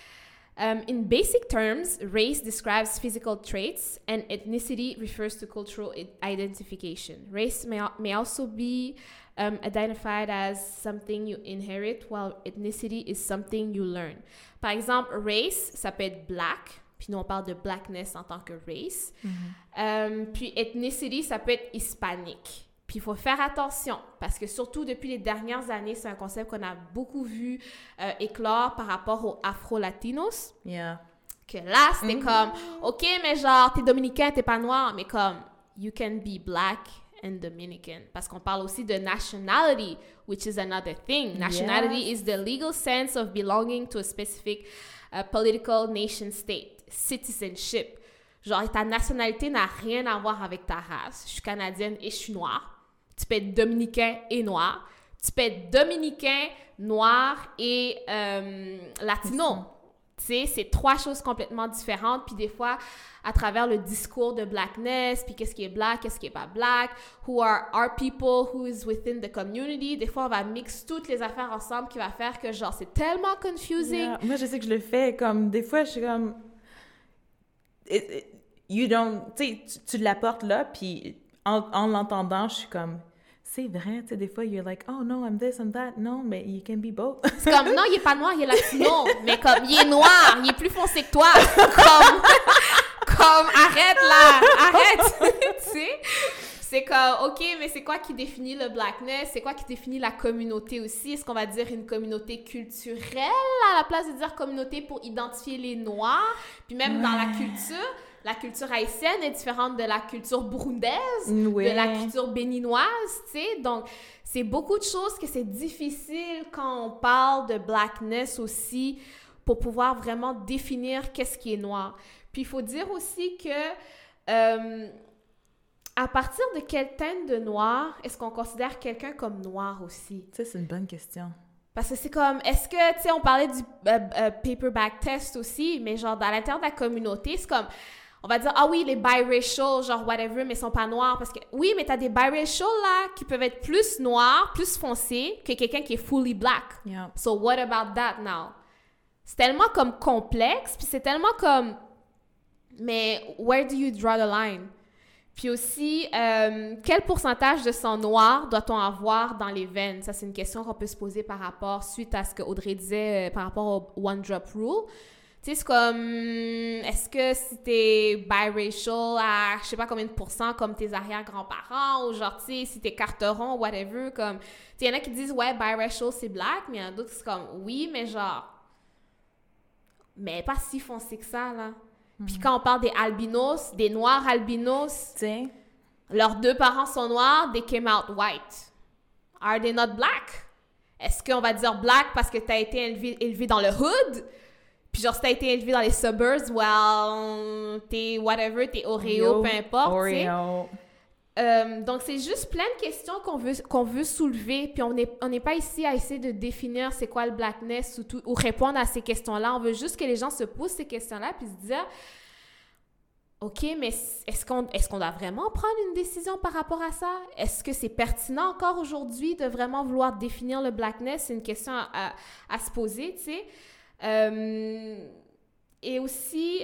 In basic terms, race describes physical traits and ethnicity refers to cultural identification. Race may also be identified as something you inherit, while ethnicity is something you learn. Par exemple, race, ça peut être black. Puis nous, on parle de blackness en tant que race. Puis ethnicity, ça peut être hispanique. Puis il faut faire attention, parce que surtout depuis les dernières années, c'est un concept qu'on a beaucoup vu éclore par rapport aux Afro-Latinos. Yeah. Que là, c'était comme, OK, mais genre, t'es dominicain, t'es pas noir, mais comme, you can be black and Dominican. Parce qu'on parle aussi de nationality, which is another thing. Nationality is the legal sense of belonging to a specific political nation state. Citizenship. Genre, ta nationalité n'a rien à voir avec ta race. Je suis canadienne et je suis noire. Tu peux être dominicain et noir. Tu peux être dominicain, noir et latino. Tu sais, c'est trois choses complètement différentes. Puis des fois, à travers le discours de blackness, puis qu'est-ce qui est black, qu'est-ce qui est pas black, who are our people, who is within the community, des fois, on va mixer toutes les affaires ensemble qui va faire que, genre, c'est tellement confusing. Yeah. Moi, je sais que je le fais comme... Des fois, je suis comme... You don't... Tu sais, tu l'apportes là, puis en l'entendant, je suis comme... C'est vrai, tu sais, des fois, you're like, oh no, I'm this, I'm that. Non, mais you can be both. C'est comme, non, il est pas noir, il est latino. Mais comme, il est noir, il est plus foncé que toi. Comme, arrête là, arrête. Tu sais? C'est comme, OK, mais c'est quoi qui définit le blackness? C'est quoi qui définit la communauté aussi? Est-ce qu'on va dire une communauté culturelle à la place de dire communauté pour identifier les Noirs? Puis même dans la culture haïtienne est différente de la culture burundaise, de la culture béninoise, tu sais. Donc, c'est beaucoup de choses que c'est difficile quand on parle de blackness aussi pour pouvoir vraiment définir qu'est-ce qui est noir. Puis, il faut dire aussi que à partir de quelle teinte de noir est-ce qu'on considère quelqu'un comme noir aussi? Ça, c'est une bonne question. Parce que c'est comme, est-ce que, tu sais, on parlait du paperback test aussi, mais genre, dans l'intérieur de la communauté, c'est comme... on va dire, ah oui, les biracial, genre whatever, mais ils sont pas noirs. Parce que, oui, mais t'as des biracial, là, qui peuvent être plus noirs, plus foncés, que quelqu'un qui est fully black. Yeah. So what about that now? C'est tellement comme complexe, puis c'est tellement comme... Mais where do you draw the line? Puis aussi, quel pourcentage de sang noir doit-on avoir dans les veines? Ça, c'est une question qu'on peut se poser par rapport, suite à ce que Audrey disait par rapport au One Drop Rule. Tu sais, c'est comme, est-ce que si t'es biracial à je sais pas combien de pourcents comme tes arrière-grands-parents, ou genre, tu sais, si t'es carteron, whatever, comme... Tu sais, il y en a qui disent, ouais, biracial, c'est black, mais il y en a d'autres qui sont comme, oui, mais genre... Mais pas si foncé que ça, là. Puis quand on parle des albinos, des noirs albinos, T'sais. leurs 2 parents sont noirs, they came out white. Are they not black? Est-ce qu'on va dire black parce que t'as été élevé dans le hood? Puis genre, si t'as été élevé dans les suburbs, well, t'es whatever, t'es Oreo, peu importe, Oreo. donc, c'est juste plein de questions qu'on veut soulever, puis on n'est pas ici à essayer de définir c'est quoi le blackness ou répondre à ces questions-là. On veut juste que les gens se posent ces questions-là, puis se dire, OK, mais est-ce qu'on doit vraiment prendre une décision par rapport à ça? Est-ce que c'est pertinent encore aujourd'hui de vraiment vouloir définir le blackness? C'est une question à se poser, tu sais. Et aussi,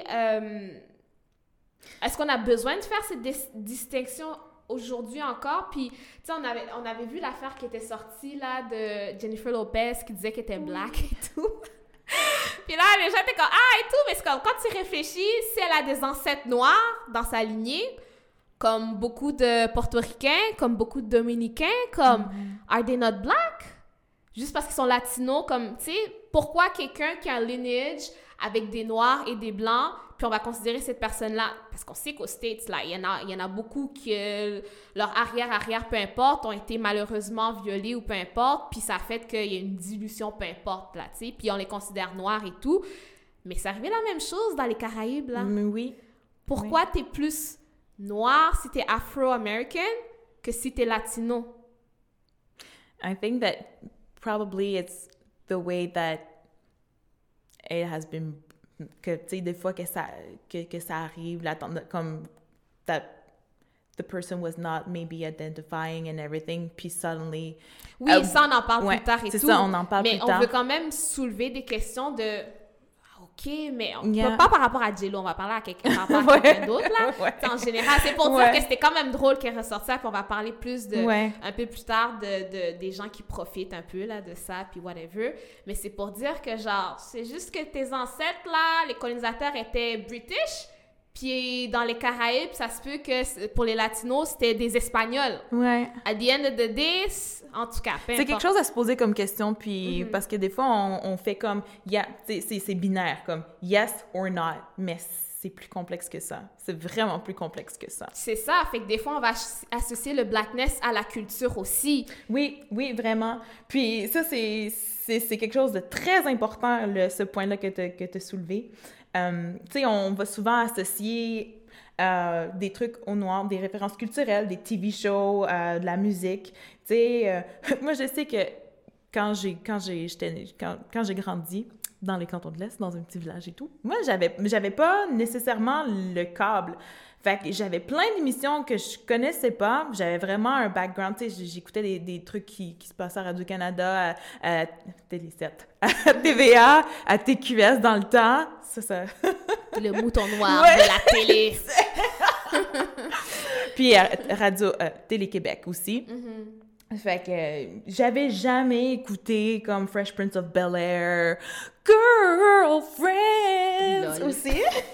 est-ce qu'on a besoin de faire cette distinction aujourd'hui encore? Puis, tu sais, on avait vu l'affaire qui était sortie, là, de Jennifer Lopez qui disait qu'elle était black et tout. Puis là, les gens étaient comme, ah, et tout, mais c'est comme, quand tu réfléchis, si elle a des ancêtres noirs dans sa lignée, comme beaucoup de Portoricains, comme beaucoup de Dominicains, comme, are they not black? Juste parce qu'ils sont latinos, comme, tu sais, pourquoi quelqu'un qui a un lineage avec des noirs et des blancs, puis on va considérer cette personne-là, parce qu'on sait qu'aux States, là, il y en a beaucoup qui, leur arrière, peu importe, ont été malheureusement violés ou peu importe, puis ça fait qu'il y a une dilution, peu importe, là, tu sais, puis on les considère noirs et tout. Mais c'est arrivé la même chose dans les Caraïbes, là. Oui. Pourquoi t'es plus noir si t'es Afro-American que si t'es latino? I think that probably it's the way that it has been, que tu sais, des fois que ça arrive, là, comme that the person was not maybe identifying and everything, puis suddenly... Oui, ça, on en parle plus tard et tout. C'est ça, on en parle plus tard. Mais on veut quand même soulever des questions de... OK, mais pas par rapport à J-Lo, on va parler à quelqu'un d'autre, là. En général, c'est pour dire que c'était quand même drôle qu'elle ressorte ça, puis on va parler plus de... un peu plus tard des gens qui profitent un peu, là, de ça, puis whatever. Mais c'est pour dire que, genre, c'est juste que tes ancêtres, là, les colonisateurs étaient British, puis dans les Caraïbes, ça se peut que pour les Latinos, c'était des Espagnols. Ouais. At the end of the day, en tout cas, peu c'est quelque chose à se poser comme question, puis parce que des fois, on fait comme, c'est binaire, comme yes or not, mais c'est plus complexe que ça. C'est vraiment plus complexe que ça. C'est ça, fait que des fois, on va associer le blackness à la culture aussi. Oui, vraiment. Puis ça, c'est quelque chose de très important, ce point-là que tu as soulevé. Tu sais, on va souvent associer des trucs au noir, des références culturelles, des TV shows, de la musique. Tu sais, moi, je sais que quand j'ai grandi dans les cantons de l'Est, dans un petit village et tout, moi, j'avais pas nécessairement le câble. Fait que j'avais plein d'émissions que je connaissais pas. J'avais vraiment un background, tu sais, j'écoutais des trucs qui se passaient à Radio-Canada, à Télé7, à TVA, à TQS dans le temps. Ça... Le mouton noir de la télé. Puis Télé-Québec aussi. Fait que j'avais jamais écouté comme Fresh Prince of Bel-Air, Girlfriends aussi.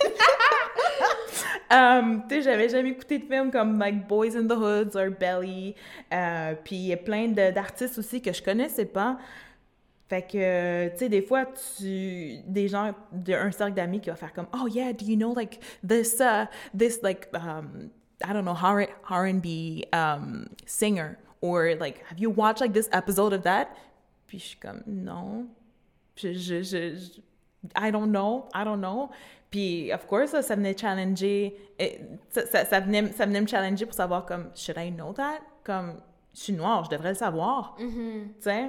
Tu sais, j'avais jamais écouté de films comme like Boys in the Hoods or Belly. Puis il y a plein d'artistes aussi que je connaissais pas. Fait que, tu sais, des fois, des gens d'un cercle d'amis qui va faire comme, oh yeah, do you know like this like, I don't know, R&B singer? Or like, have you watched like this episode of that? Puis je suis comme, non. I don't know. Puis, of course, ça venait challenger, ça venait me challenger pour savoir comme, should I know that? Comme, je suis noire, je devrais le savoir. Tu sais?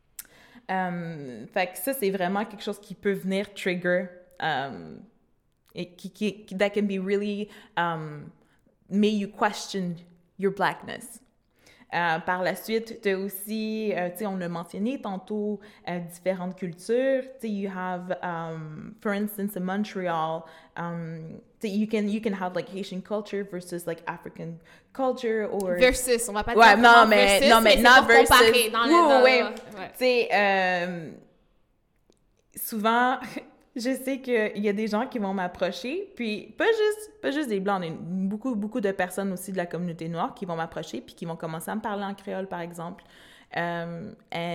Fait que ça, c'est vraiment quelque chose qui peut venir trigger Et that can be really make you question your blackness. Par la suite, tu as aussi, tu sais, on l'a mentionné tantôt, différentes cultures. Tu sais, you have, for instance, in Montreal, tu sais, you can have like Haitian culture versus like African culture or versus, on va pas ouais, dire non mais versus, non mais c'est not pour versus. comparer dans le ouais. ouais. Tu sais, souvent. Je sais qu'il y a des gens qui vont m'approcher, puis pas juste des Blancs, mais beaucoup de personnes aussi de la communauté noire qui vont m'approcher, puis qui vont commencer à me parler en créole, par exemple. And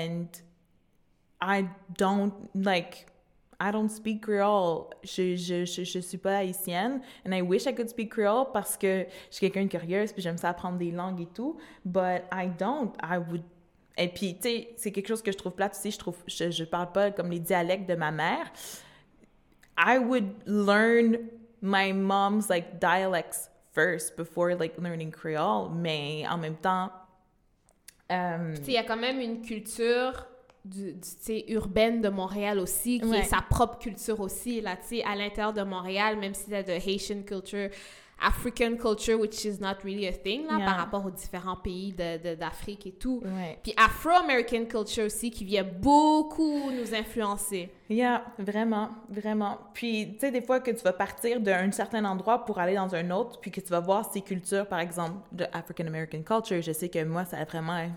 I don't speak Creole. Je suis pas haïtienne, and I wish I could speak Creole parce que je suis quelqu'un de curieuse, puis j'aime ça apprendre des langues et tout, but I don't. Et puis, tu sais, c'est quelque chose que je trouve plate aussi, je parle pas comme les dialectes de ma mère. I would learn my mom's like dialects first before like learning Creole, mais en même temps, tu sais, il y a quand même une culture urbaine de Montréal aussi qui est sa propre culture aussi là, tu sais, à l'intérieur de Montréal, même si t'as de Haitian culture, African culture, which is not really a thing, là, par rapport aux différents pays d'Afrique et tout. Puis Afro-American culture aussi, qui vient beaucoup nous influencer. Yeah, vraiment, vraiment. Puis, tu sais, des fois que tu vas partir d'un certain endroit pour aller dans un autre, puis que tu vas voir ces cultures, par exemple, de African-American culture, je sais que moi, ça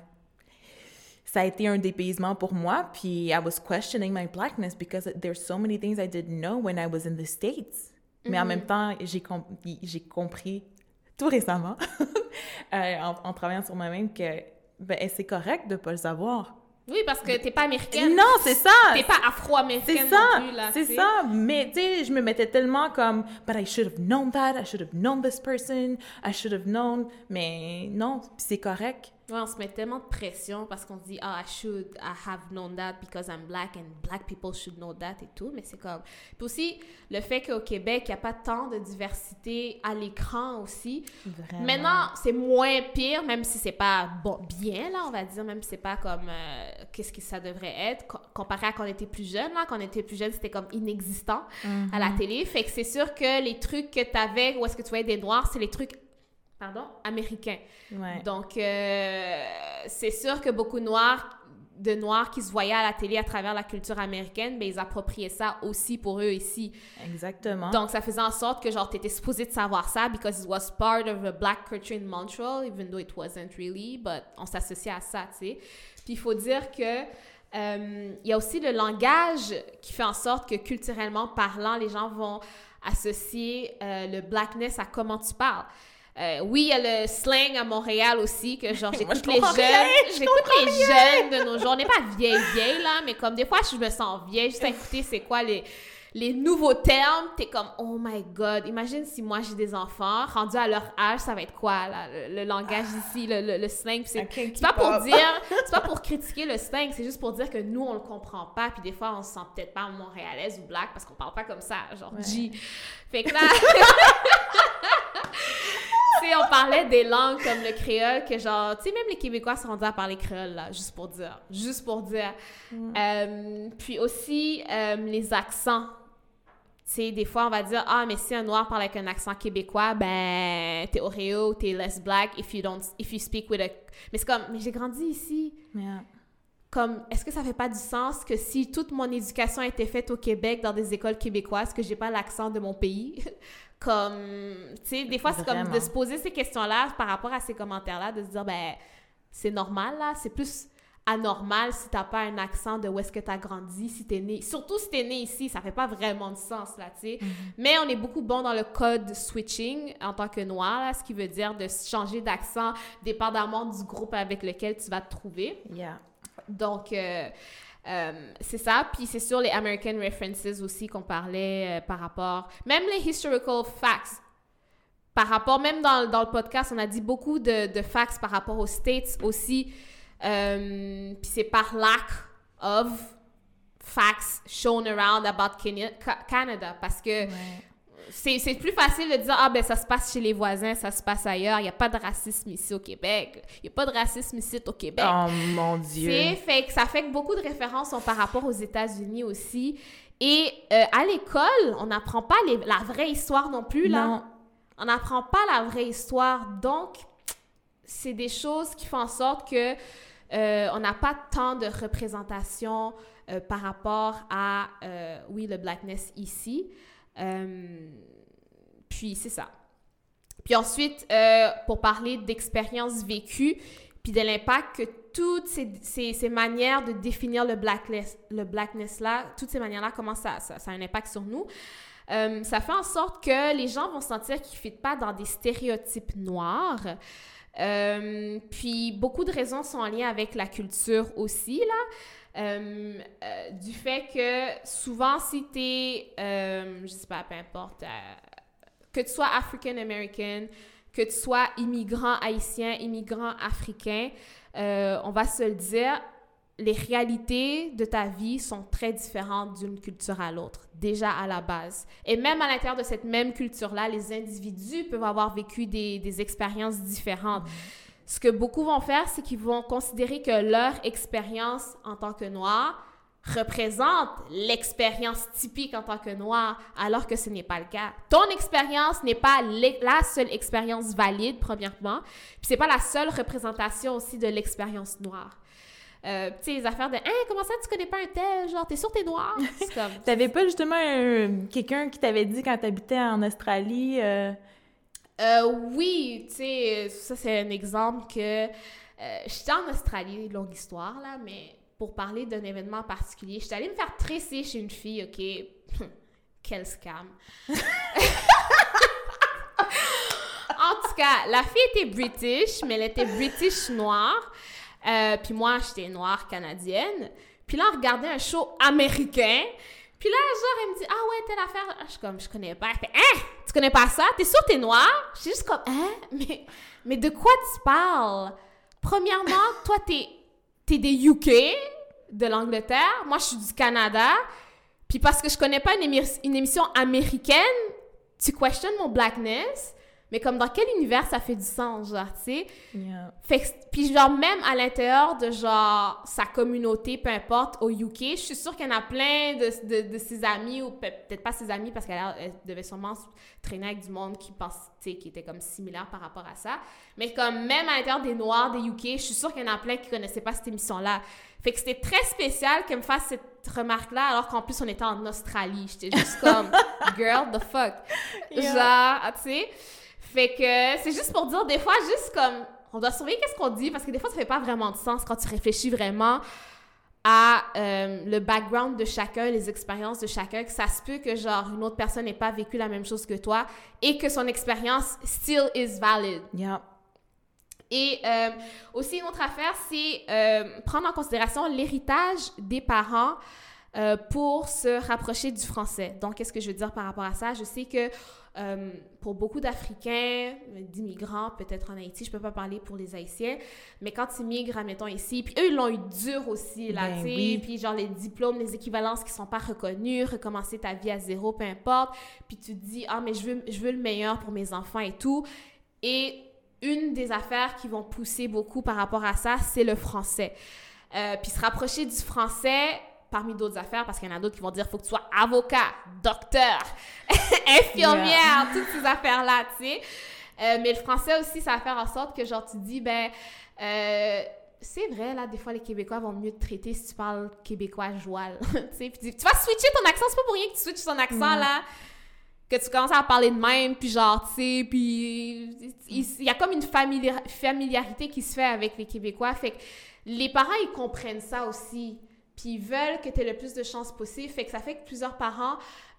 a été un dépaysement pour moi, puis I was questioning my blackness because there's so many things I didn't know when I was in the States. Mais en même temps, j'ai compris tout récemment, en travaillant sur moi-même, que c'est correct de pas le savoir. Oui, parce que t'es pas américaine. Non, c'est ça! T'es pas afro-américaine c'est ça, non plus, là. C'est ça! Mais, tu sais, je me mettais tellement comme « But I should have known that, I should have known this person, I should have known... » Mais non, puis c'est correct. Ouais, on se met tellement de pression parce qu'on se dit « I have known that because I'm black and black people should know that » et tout, mais c'est comme... Puis aussi, le fait qu'au Québec, il n'y a pas tant de diversité à l'écran aussi. Vraiment. Maintenant, c'est moins pire, même si c'est pas bien, là, on va dire, même si c'est pas comme qu'est-ce que ça devrait être, comparé à quand on était plus jeune, là. Quand on était plus jeune, c'était comme inexistant à la télé. Fait que c'est sûr que les trucs que t'avais, où est-ce que tu voyais des Noirs, c'est les trucs américains. Ouais. Donc, c'est sûr que beaucoup de Noirs qui se voyaient à la télé à travers la culture américaine, ben ils appropriaient ça aussi pour eux ici. Exactement. Donc, ça faisait en sorte que, genre, t'étais supposé de savoir ça because it was part of the black culture in Montreal, even though it wasn't really, but on s'associait à ça, tu sais. Puis, il faut dire que il y a aussi le langage qui fait en sorte que, culturellement parlant, les gens vont associer le blackness à comment tu parles. Oui, il y a le slang à Montréal aussi, que genre, j'écoute les jeunes de nos jours. On n'est pas vieille, là, mais comme des fois, je me sens vieille, juste à écouter c'est quoi les nouveaux termes. T'es comme, oh my God, imagine si moi j'ai des enfants, rendus à leur âge, ça va être quoi, là, le langage ici, le slang. C'est pas pour dire, c'est pas pour critiquer le slang, c'est juste pour dire que nous, on le comprend pas, puis des fois, on se sent peut-être pas montréalaise ou black parce qu'on parle pas comme ça, genre G. Fait que là... Tu sais, on parlait des langues comme le créole, que genre, tu sais, même les Québécois sont rendus à parler créole, là, juste pour dire. Puis aussi, les accents. Tu sais, des fois, on va dire, mais si un Noir parle avec un accent québécois, ben, t'es Oreo, t'es less black if you speak with a... Mais c'est comme, mais j'ai grandi ici. Yeah. Comme, est-ce que ça fait pas du sens que si toute mon éducation a été faite au Québec, dans des écoles québécoises, que j'ai pas l'accent de mon pays? Comme, tu sais, des fois, c'est comme de se poser ces questions-là par rapport à ces commentaires-là, de se dire, ben, c'est normal, là, c'est plus anormal si t'as pas un accent de où est-ce que t'as grandi, si t'es né, surtout si t'es né ici, ça fait pas vraiment de sens, là, tu sais. Mais on est beaucoup bon dans le code switching en tant que Noir, là, ce qui veut dire de changer d'accent dépendamment du groupe avec lequel tu vas te trouver. Yeah. Donc, c'est ça. Puis c'est sur les American References aussi qu'on parlait par rapport... Même les historical facts. Par rapport, même dans le podcast, on a dit beaucoup de facts par rapport aux States aussi. Puis c'est par lack of facts shown around about Canada. Parce que c'est plus facile de dire, ah, ben ça se passe chez les voisins, ça se passe ailleurs. Il n'y a pas de racisme ici au Québec. Il n'y a pas de racisme ici au Québec. Oh, mon Dieu! Ça fait que beaucoup de références sont par rapport aux États-Unis aussi. Et à l'école, on n'apprend pas la vraie histoire non plus, là. Non. On n'apprend pas la vraie histoire. Donc, c'est des choses qui font en sorte que on n'a pas tant de représentation par rapport à, oui, le blackness ici. Puis, c'est ça. Puis ensuite, pour parler d'expériences vécues, puis de l'impact que toutes ces manières de définir le blackness-là, toutes ces manières-là, comment ça a un impact sur nous, ça fait en sorte que les gens vont sentir qu'ils ne fitent pas dans des stéréotypes noirs. Puis beaucoup de raisons sont en lien avec la culture aussi, là. Du fait que souvent, si tu es, je sais pas, peu importe, que tu sois African American, que tu sois immigrant haïtien, immigrant africain, on va se le dire, les réalités de ta vie sont très différentes d'une culture à l'autre, déjà à la base. Et même à l'intérieur de cette même culture-là, les individus peuvent avoir vécu des expériences différentes. Ce que beaucoup vont faire, c'est qu'ils vont considérer que leur expérience en tant que noir représente l'expérience typique en tant que noir, alors que ce n'est pas le cas. Ton expérience n'est pas la seule expérience valide, premièrement, puis c'est pas la seule représentation aussi de l'expérience noire. Tu sais, les affaires de « Hein, comment ça, tu connais pas un tel? Genre, t'es sûr t'es noir? » C'est comme... T'avais pas justement quelqu'un qui t'avait dit quand t'habitais en Australie... Oui, tu sais, ça c'est un exemple que... j'étais en Australie, longue histoire, là, mais pour parler d'un événement particulier, j'étais allée me faire tresser chez une fille, OK? Quel scam! En tout cas, la fille était british, mais elle était british noire. Puis moi, j'étais noire canadienne. Puis là, on regardait un show américain. Puis là, genre, elle me dit « Ah ouais, telle affaire. » Je suis comme « Je connais pas. » Elle fait « Hein? Tu connais pas ça? T'es sûre t'es noire? » Je suis juste comme « Hein? Mais de quoi tu parles? Premièrement, toi, t'es des UK, de l'Angleterre. Moi, je suis du Canada. Puis parce que je connais pas une émission américaine, tu questionnes mon blackness. Mais comme dans quel univers ça fait du sens, genre, tu sais? Yeah. Puis genre, même à l'intérieur de, genre, sa communauté, peu importe, au UK, je suis sûre qu'il y en a plein de ses amis, ou peut-être pas ses amis, parce qu'elle devait sûrement traîner avec du monde qui pense, tu sais, qui était comme similaire par rapport à ça. Mais comme même à l'intérieur des Noirs, des UK, je suis sûre qu'il y en a plein qui connaissaient pas cette émission-là. Fait que c'était très spécial qu'elle me fasse cette remarque-là, alors qu'en plus, on était en Australie. J'étais juste comme, girl, the fuck? Yeah. Genre, tu sais? Fait que c'est juste pour dire, des fois, juste comme, on doit surveiller qu'est-ce qu'on dit, parce que des fois, ça fait pas vraiment de sens quand tu réfléchis vraiment à le background de chacun, les expériences de chacun, que ça se peut que, genre, une autre personne n'ait pas vécu la même chose que toi et que son expérience still is valid. Yeah. Et aussi, une autre affaire, c'est prendre en considération l'héritage des parents pour se rapprocher du français. Donc, qu'est-ce que je veux dire par rapport à ça? Je sais que pour beaucoup d'Africains, d'immigrants, peut-être en Haïti, je peux pas parler pour les Haïtiens, mais quand ils migrent, admettons, ici, puis eux, ils l'ont eu dur aussi, là, tu sais, oui. Puis genre les diplômes, les équivalences qui sont pas reconnus, recommencer ta vie à zéro, peu importe, puis tu te dis, ah, mais je veux le meilleur pour mes enfants et tout, et une des affaires qui vont pousser beaucoup par rapport à ça, c'est le français. Puis se rapprocher du français, parmi d'autres affaires, parce qu'il y en a d'autres qui vont dire « faut que tu sois avocat, docteur, infirmière, yeah. » toutes ces affaires-là, tu sais. Mais le français aussi, ça va faire en sorte que, genre, tu dis, ben, c'est vrai, là, des fois, les Québécois vont mieux te traiter si tu parles québécois joual, tu sais. Puis tu vas switcher ton accent, c'est pas pour rien que tu switches ton accent, là, que tu commences à parler de même, puis genre, tu sais, puis il y a comme une familiarité qui se fait avec les Québécois, fait que les parents, ils comprennent ça aussi. Puis ils veulent que tu aies le plus de chances possible. Fait que ça fait que plusieurs parents,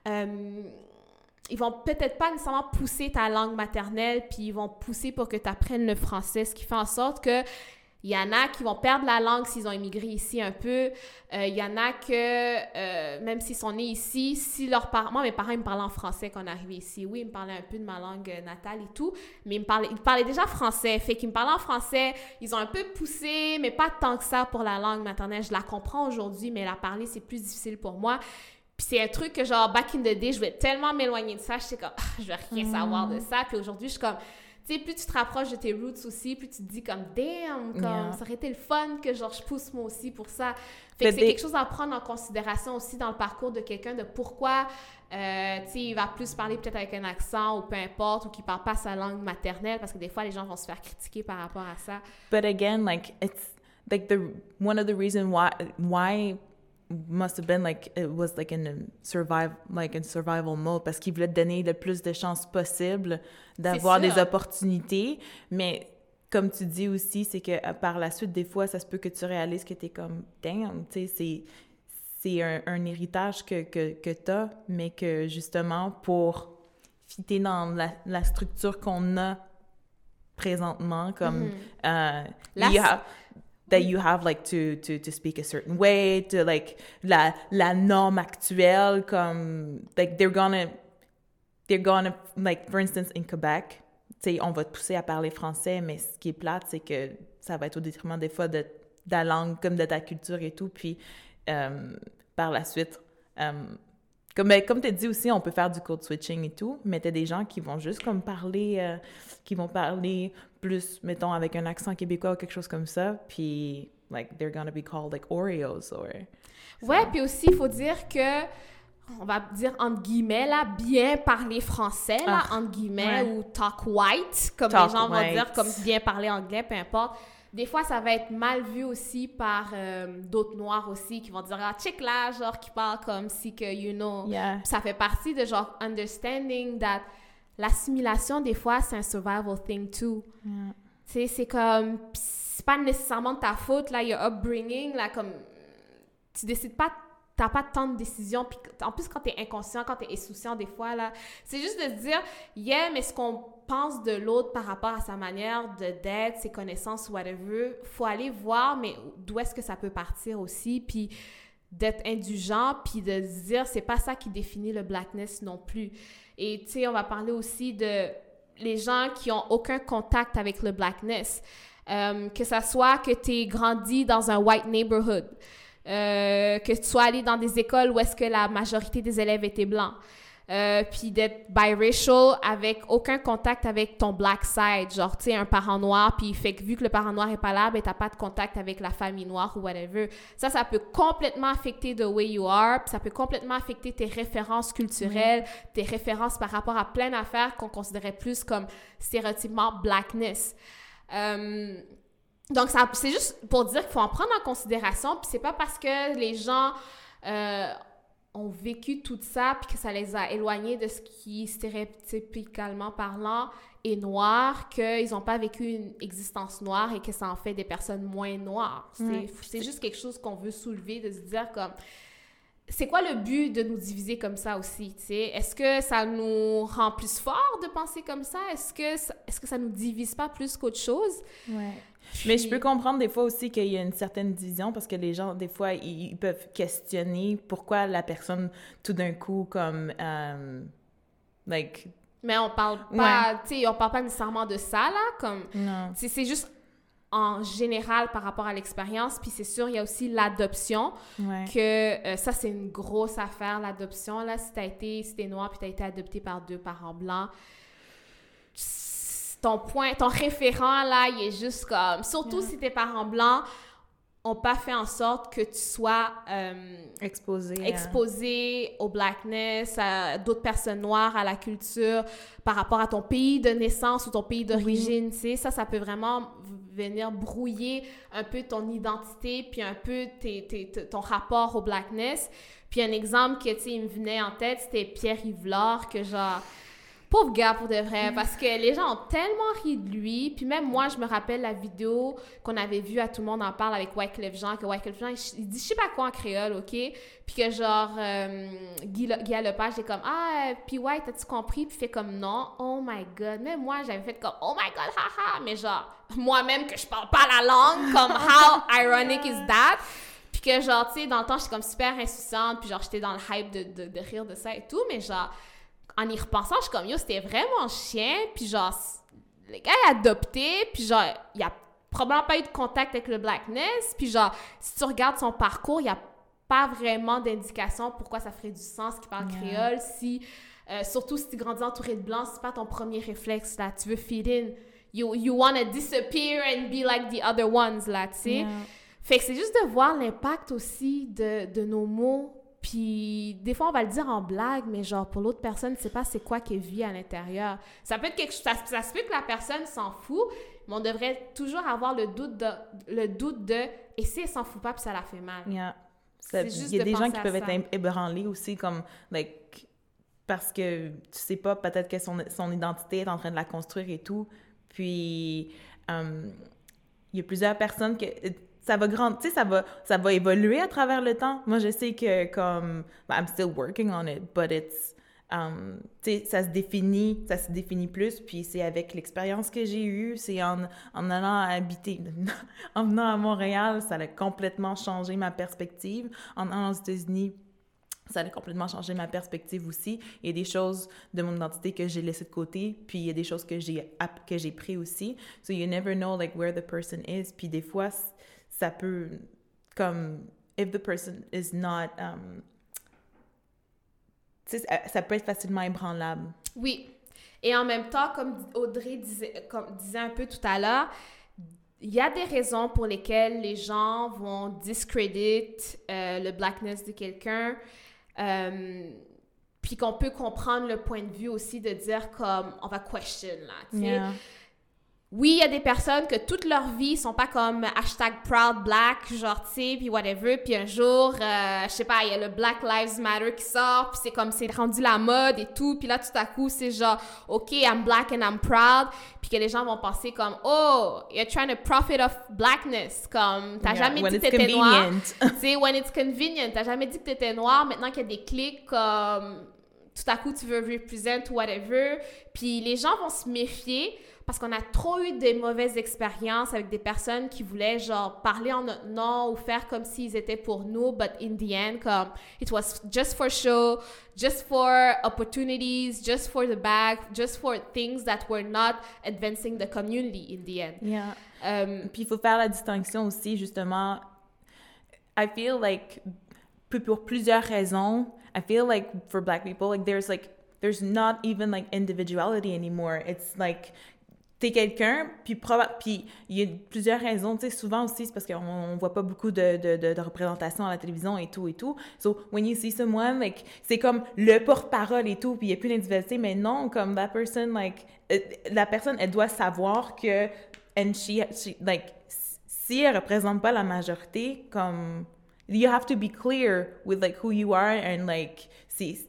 ils vont peut-être pas nécessairement pousser ta langue maternelle, puis ils vont pousser pour que tu apprennes le français, ce qui fait en sorte que il y en a qui vont perdre la langue s'ils ont immigré ici un peu. Il y en a que, même s'ils sont nés ici, si leurs parents... Moi, mes parents, ils me parlaient en français quand on est arrivé ici. Oui, ils me parlaient un peu de ma langue natale et tout, mais ils parlaient déjà français. Fait qu'ils me parlaient en français. Ils ont un peu poussé, mais pas tant que ça pour la langue maternelle. Je la comprends aujourd'hui, mais la parler, c'est plus difficile pour moi. Puis c'est un truc que, genre, back in the day, je voulais tellement m'éloigner de ça. J'étais comme, je veux rien savoir de ça. Puis aujourd'hui, je suis comme, tu sais, plus tu te rapproches de tes roots aussi, plus tu te dis comme, damn, comme, ça aurait été le fun que, genre, je pousse moi aussi pour ça. Fait que c'est quelque chose à prendre en considération aussi dans le parcours de quelqu'un, de pourquoi, tu sais, il va plus parler peut-être avec un accent ou peu importe, ou qu'il parle pas sa langue maternelle, parce que des fois, les gens vont se faire critiquer par rapport à ça. But again, like, it's, like, one of the reasons why must have been, like, it was, like, in survival mode, parce qu'il voulait te donner le plus de chances possible d'avoir des opportunités, mais... Comme tu dis aussi, c'est que par la suite, des fois, ça se peut que tu réalises que t'es comme « damn », tu sais, c'est un héritage que t'as, mais que justement, pour fitter dans la structure qu'on a présentement, comme that you have, like, to speak a certain way, to, like, la norme actuelle, comme, like, they're gonna, like, for instance, in Quebec, tu sais, on va te pousser à parler français, mais ce qui est plate, c'est que ça va être au détriment des fois de la langue, comme de ta culture et tout. Puis, par la suite, comme tu as dit aussi, on peut faire du code switching et tout, mais tu as des gens qui vont juste comme parler, qui vont parler plus, mettons, avec un accent québécois ou quelque chose comme ça, puis, like, they're gonna be called, like, Oreos or... Ouais, puis aussi, il faut dire que on va dire, entre guillemets, là, bien parler français, là, entre guillemets, ou talk white, comme les gens vont dire, comme bien parler anglais, peu importe. Des fois, ça va être mal vu aussi par d'autres Noirs aussi, qui vont dire, ah, check là, genre, qui parle comme si que, you know, ça fait partie de, genre, understanding that l'assimilation, des fois, c'est un survival thing, too. Tu sais, c'est comme, c'est pas nécessairement de ta faute, là, your upbringing, là, comme, tu décides pas t'as pas tant de décisions, puis en plus, quand t'es inconscient, quand t'es insouciant, des fois, là, c'est juste de se dire, mais ce qu'on pense de l'autre par rapport à sa manière d'être, ses connaissances, whatever, faut aller voir, mais d'où est-ce que ça peut partir aussi, puis d'être indulgent, puis de se dire, c'est pas ça qui définit le blackness non plus. Et, tu sais, on va parler aussi de les gens qui ont aucun contact avec le blackness, que ça soit que t'aies grandi dans un white neighborhood, que tu sois allé dans des écoles où est-ce que la majorité des élèves étaient blancs, puis d'être biracial avec aucun contact avec ton black side, genre, tu sais, un parent noir, puis fait que vu que le parent noir est pas là, ben t'as pas de contact avec la famille noire ou whatever. Ça peut complètement affecter the way you are, puis ça peut complètement affecter tes références culturelles, tes références par rapport à plein d'affaires qu'on considérait plus comme stéréotypement blackness. Donc, c'est juste pour dire qu'il faut en prendre en considération, puis c'est pas parce que les gens ont vécu tout ça, puis que ça les a éloignés de ce qui, stéréotypiquement parlant, est noir, qu'ils n'ont pas vécu une existence noire et que ça en fait des personnes moins noires. C'est juste quelque chose qu'on veut soulever, de se dire comme... C'est quoi le but de nous diviser comme ça aussi, tu sais? Est-ce que ça nous rend plus forts de penser comme ça? Est-ce que ça nous divise pas plus qu'autre chose? Ouais. Mais je peux comprendre des fois aussi qu'il y a une certaine division parce que les gens, des fois, ils peuvent questionner pourquoi la personne, tout d'un coup, comme, like... Mais on parle pas, tu sais, on parle pas nécessairement de ça, là, comme... Non. C'est juste en général par rapport à l'expérience, puis c'est sûr, il y a aussi l'adoption, que ça, c'est une grosse affaire, l'adoption, là, si t'es noir puis t'as été adopté par 2 parents blancs, ton référent, là, il est juste comme... Surtout si tes parents blancs n'ont pas fait en sorte que tu sois exposé au blackness, à d'autres personnes noires, à la culture, par rapport à ton pays de naissance ou ton pays d'origine, tu sais. Ça peut vraiment venir brouiller un peu ton identité, puis un peu ton rapport au blackness. Puis un exemple que, tu sais, il me venait en tête, c'était Pierre Yvelore, que genre... Pauvre gars, pour de vrai, parce que les gens ont tellement ri de lui. Puis même moi, je me rappelle la vidéo qu'on avait vue à Tout le monde en parle avec Wyclef Jean, que Wyclef Jean, il dit je sais pas quoi en créole, OK? Puis que genre, Guy Lepage est comme « Ah, puis ouais, t'as-tu compris? » Puis il fait comme « Non, oh my God. » Même moi, j'avais fait comme « Oh my God, haha. » Mais genre, moi-même que je parle pas la langue, comme « How ironic is that? » Puis que genre, tu sais, dans le temps, j'étais comme super insouciante, puis genre, j'étais dans le hype de rire de ça et tout, mais genre... En y repensant, je suis comme, yo, c'était vraiment chien, puis genre, le gars est adopté, puis genre, il a probablement pas eu de contact avec le blackness, puis genre, si tu regardes son parcours, il a pas vraiment d'indication pourquoi ça ferait du sens qu'ils parlent créole si, surtout si tu grandis entouré de blancs, c'est pas ton premier réflexe, là. Tu veux fit in. You wanna disappear and be like the other ones, là, tu sais. Fait que c'est juste de voir l'impact aussi de nos mots. Puis des fois, on va le dire en blague, mais genre pour l'autre personne, c'est pas c'est quoi qu'elle vit à l'intérieur. Ça peut être quelque chose, ça se peut que la personne s'en fout, mais on devrait toujours avoir le doute de et si elle s'en fout pas puis ça la fait mal. Il y a des gens qui peuvent être ébranlés aussi, comme like, parce que tu sais pas, peut-être que son identité est en train de la construire et tout. Puis il y a plusieurs personnes que ça va grandir, tu sais, ça va évoluer à travers le temps. Moi, je sais que comme I'm still working on it, but it's tu sais, ça se définit plus, puis c'est avec l'expérience que j'ai eue, c'est en allant habiter, en venant à Montréal, ça a complètement changé ma perspective. En allant aux États-Unis, ça a complètement changé ma perspective aussi. Il y a des choses de mon identité que j'ai laissées de côté, puis il y a des choses que j'ai pris aussi. So you never know, like, where the person is. Puis des fois, ça peut, comme, if the person is not... ça peut être facilement ébranlable. Oui. Et en même temps, comme Audrey disait un peu tout à l'heure, il y a des raisons pour lesquelles les gens vont discredit le blackness de quelqu'un, puis qu'on peut comprendre le point de vue aussi de dire comme, on va question, là, tu sais. Oui, il y a des personnes que toute leur vie sont pas comme #ProudBlack, genre, tu sais, puis whatever, puis un jour, je sais pas, il y a le Black Lives Matter qui sort, puis c'est comme, c'est rendu la mode et tout, puis là, tout à coup, c'est genre, OK, I'm black and I'm proud, puis que les gens vont penser comme, oh, you're trying to profit of blackness, comme, t'as jamais dit que t'étais noir, tu sais, when it's convenient, t'as jamais dit que t'étais noir, maintenant qu'il y a des clics comme, tout à coup, tu veux represent whatever, puis les gens vont se méfier, parce qu'on a trop eu des mauvaises expériences avec des personnes qui voulaient, genre, parler en notre nom ou faire comme s'ils étaient pour nous, but in the end, comme, it was just for show, just for opportunities, just for the bag, just for things that were not advancing the community in the end. Puis il faut faire la distinction aussi, justement, I feel like, pour plusieurs raisons, I feel like for Black people, like, there's not even, like, individuality anymore. It's like... T'es quelqu'un, puis il y a plusieurs raisons, tu sais, souvent aussi, c'est parce qu'on voit pas beaucoup de représentation à la télévision et tout. So, when you see someone, like, c'est comme le porte-parole et tout, puis il y a plus d'individualité, mais non, comme that person, like, la personne, elle doit savoir que, and she like, si elle représente pas la majorité, comme, you have to be clear with, like, who you are, and, like, c'est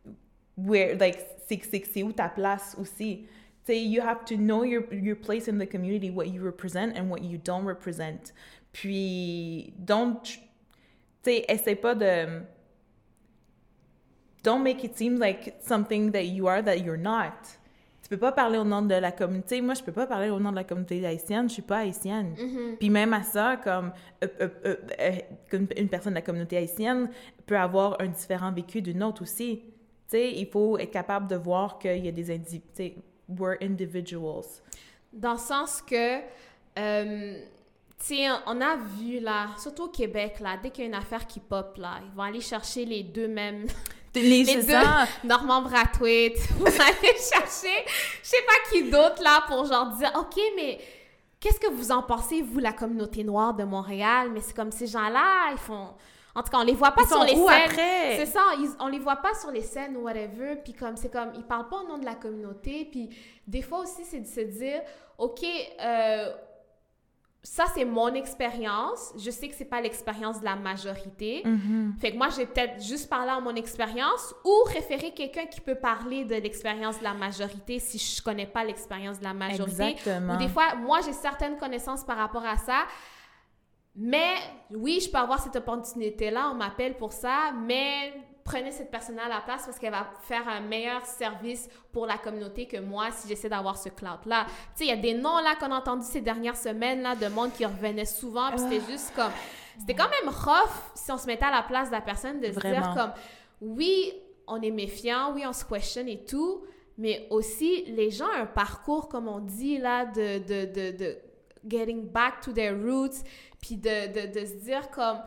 où ta place aussi. Say you have to know your place in the community, what you represent and what you don't represent. Puis, essaie pas de... Don't make it seem like something that you are that you're not. Tu peux pas parler au nom de la communauté. Moi, je peux pas parler au nom de la communauté haïtienne. Je suis pas haïtienne. Puis même à ça, comme une personne de la communauté haïtienne peut avoir un différent vécu d'une autre aussi. Tu sais, il faut être capable de voir qu'il y a des individus... We're individuals. Dans le sens que, tu sais, on a vu, là, surtout au Québec, là, dès qu'il y a une affaire qui pop, là, ils vont aller chercher les deux mêmes... les deux, Normand Brathwaite, vous allez chercher, je sais pas qui d'autre, là, pour genre dire, OK, mais qu'est-ce que vous en pensez, vous, la communauté noire de Montréal? Mais c'est comme ces gens-là, ils font... En tout cas, on les voit pas sur les scènes. Après? C'est ça, on les voit pas sur les scènes ou whatever. Puis comme c'est comme, ils parlent pas au nom de la communauté. Puis des fois aussi, c'est de se dire, OK, ça c'est mon expérience. Je sais que c'est pas l'expérience de la majorité. Fait que moi, je vais peut-être juste parler en mon expérience ou référer quelqu'un qui peut parler de l'expérience de la majorité si je connais pas l'expérience de la majorité. Exactement. Ou des fois, moi, j'ai certaines connaissances par rapport à ça. Mais oui, je peux avoir cette opportunité-là, on m'appelle pour ça, mais prenez cette personne-là à la place parce qu'elle va faire un meilleur service pour la communauté que moi si j'essaie d'avoir ce clout-là. Tu sais, il y a des noms là qu'on a entendus ces dernières semaines-là de monde qui revenait souvent, puis c'était juste comme... C'était quand même rough si on se mettait à la place de la personne de se dire comme... Oui, on est méfiant, oui, on se questionne et tout, mais aussi, les gens ont un parcours, comme on dit là, de getting back to their roots, puis de se dire comme,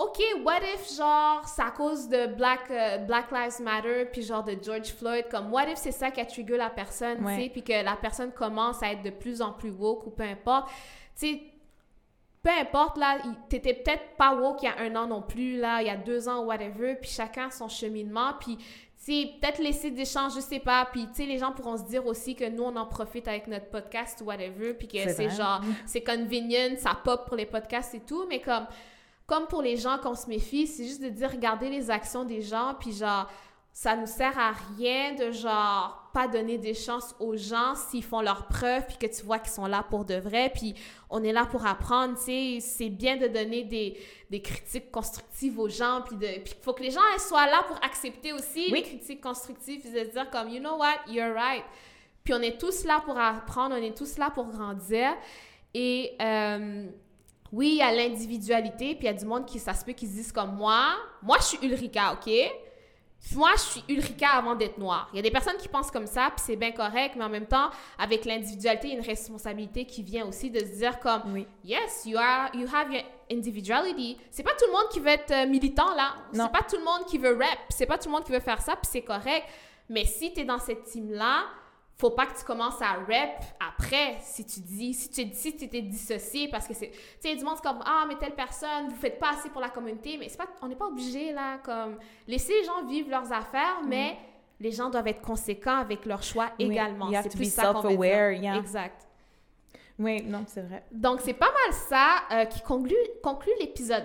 OK, what if, genre, c'est à cause de Black Lives Matter, puis genre de George Floyd, comme, what if c'est ça qui a trigger la personne, tu sais, puis que la personne commence à être de plus en plus woke, ou peu importe, tu sais, peu importe, là, t'étais peut-être pas woke il y a 1 an non plus, là, il y a 2 ans, whatever, puis chacun son cheminement, puis, tu sais, peut-être laisser des chances, je sais pas, puis, tu sais, les gens pourront se dire aussi que nous, on en profite avec notre podcast ou whatever, puis que c'est genre, c'est convenient, ça pop pour les podcasts et tout, mais comme pour les gens qu'on se méfie, c'est juste de dire, regardez les actions des gens, puis genre, ça nous sert à rien de genre pas donner des chances aux gens s'ils font leurs preuves puis que tu vois qu'ils sont là pour de vrai, puis on est là pour apprendre, tu sais, c'est bien de donner des critiques constructives aux gens, puis il faut que les gens soient là pour accepter aussi les critiques constructives, puis de se dire comme, you know what, you're right. Puis on est tous là pour apprendre, on est tous là pour grandir, et oui, il y a l'individualité, puis il y a du monde ça se peut qu'ils se disent comme moi je suis Ulrika, OK? Moi, je suis Ulrika avant d'être noire. Il y a des personnes qui pensent comme ça, puis c'est bien correct, mais en même temps, avec l'individualité, il y a une responsabilité qui vient aussi de se dire comme, yes, you have your individuality. C'est pas tout le monde qui veut être militant, là. Non. C'est pas tout le monde qui veut rap. C'est pas tout le monde qui veut faire ça, puis c'est correct. Mais si t'es dans cette team-là, faut pas que tu commences à rap après si tu t'étais dissocié, parce que c'est, tu sais, du monde c'est comme, ah, mais telle personne, vous faites pas assez pour la communauté, mais on n'est pas obligé, là, comme, laisser les gens vivre leurs affaires, mais les gens doivent être conséquents avec leurs choix également. C'est plus ça qu'on veut dire. Yeah. Exact. Oui, non, c'est vrai. Donc, c'est pas mal ça qui conclut l'épisode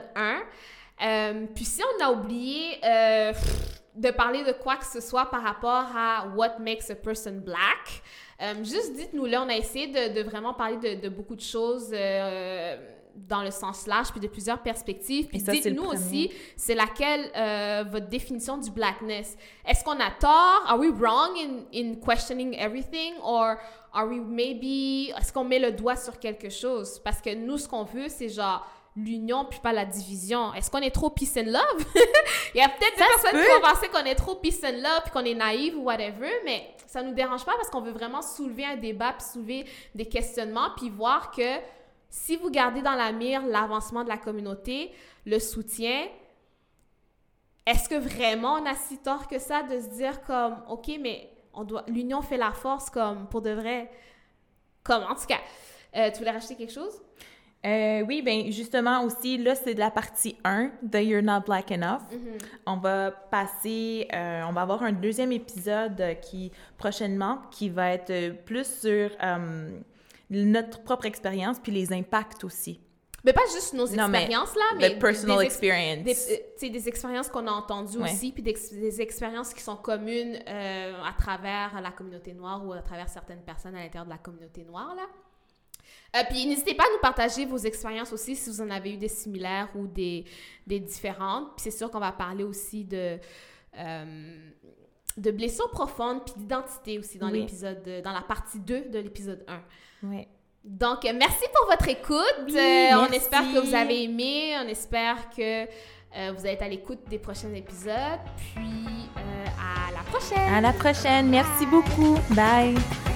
1. Puis si on a oublié de parler de quoi que ce soit par rapport à what makes a person black, juste dites-nous-le. On a essayé de vraiment parler de beaucoup de choses dans le sens large, puis de plusieurs perspectives. Puis dites-nous aussi, c'est laquelle votre définition du blackness. Est-ce qu'on a tort? Are we wrong in questioning everything? Or are we maybe... Est-ce qu'on met le doigt sur quelque chose? Parce que nous, ce qu'on veut, c'est genre l'union puis pas la division. Est-ce qu'on est trop peace and love? Il y a peut-être des personnes qui vont penser qu'on est trop peace and love puis qu'on est naïve ou whatever, mais ça nous dérange pas parce qu'on veut vraiment soulever un débat puis soulever des questionnements puis voir que si vous gardez dans la mire l'avancement de la communauté, le soutien, est-ce que vraiment on a si tort que ça de se dire comme, OK, mais l'union fait la force, comme pour de vrai? Comme, en tout cas, tu voulais rajouter quelque chose? Oui, bien, justement aussi, là, c'est de la partie 1 de You're Not Black Enough. On va passer, on va avoir un 2e épisode prochainement qui va être plus sur notre propre expérience puis les impacts aussi. Mais pas juste nos expériences, mais personal experience. Des expériences qu'on a entendues aussi, puis des expériences qui sont communes à travers la communauté noire ou à travers certaines personnes à l'intérieur de la communauté noire, là. Puis n'hésitez pas à nous partager vos expériences aussi, si vous en avez eu des similaires ou des différentes. Puis c'est sûr qu'on va parler aussi de blessures profondes puis d'identité aussi dans l'épisode, dans la partie 2 de l'épisode 1. Oui. Donc, merci pour votre écoute. On espère que vous avez aimé. On espère que vous êtes à l'écoute des prochains épisodes. Puis, à la prochaine. À la prochaine. Merci beaucoup. Bye.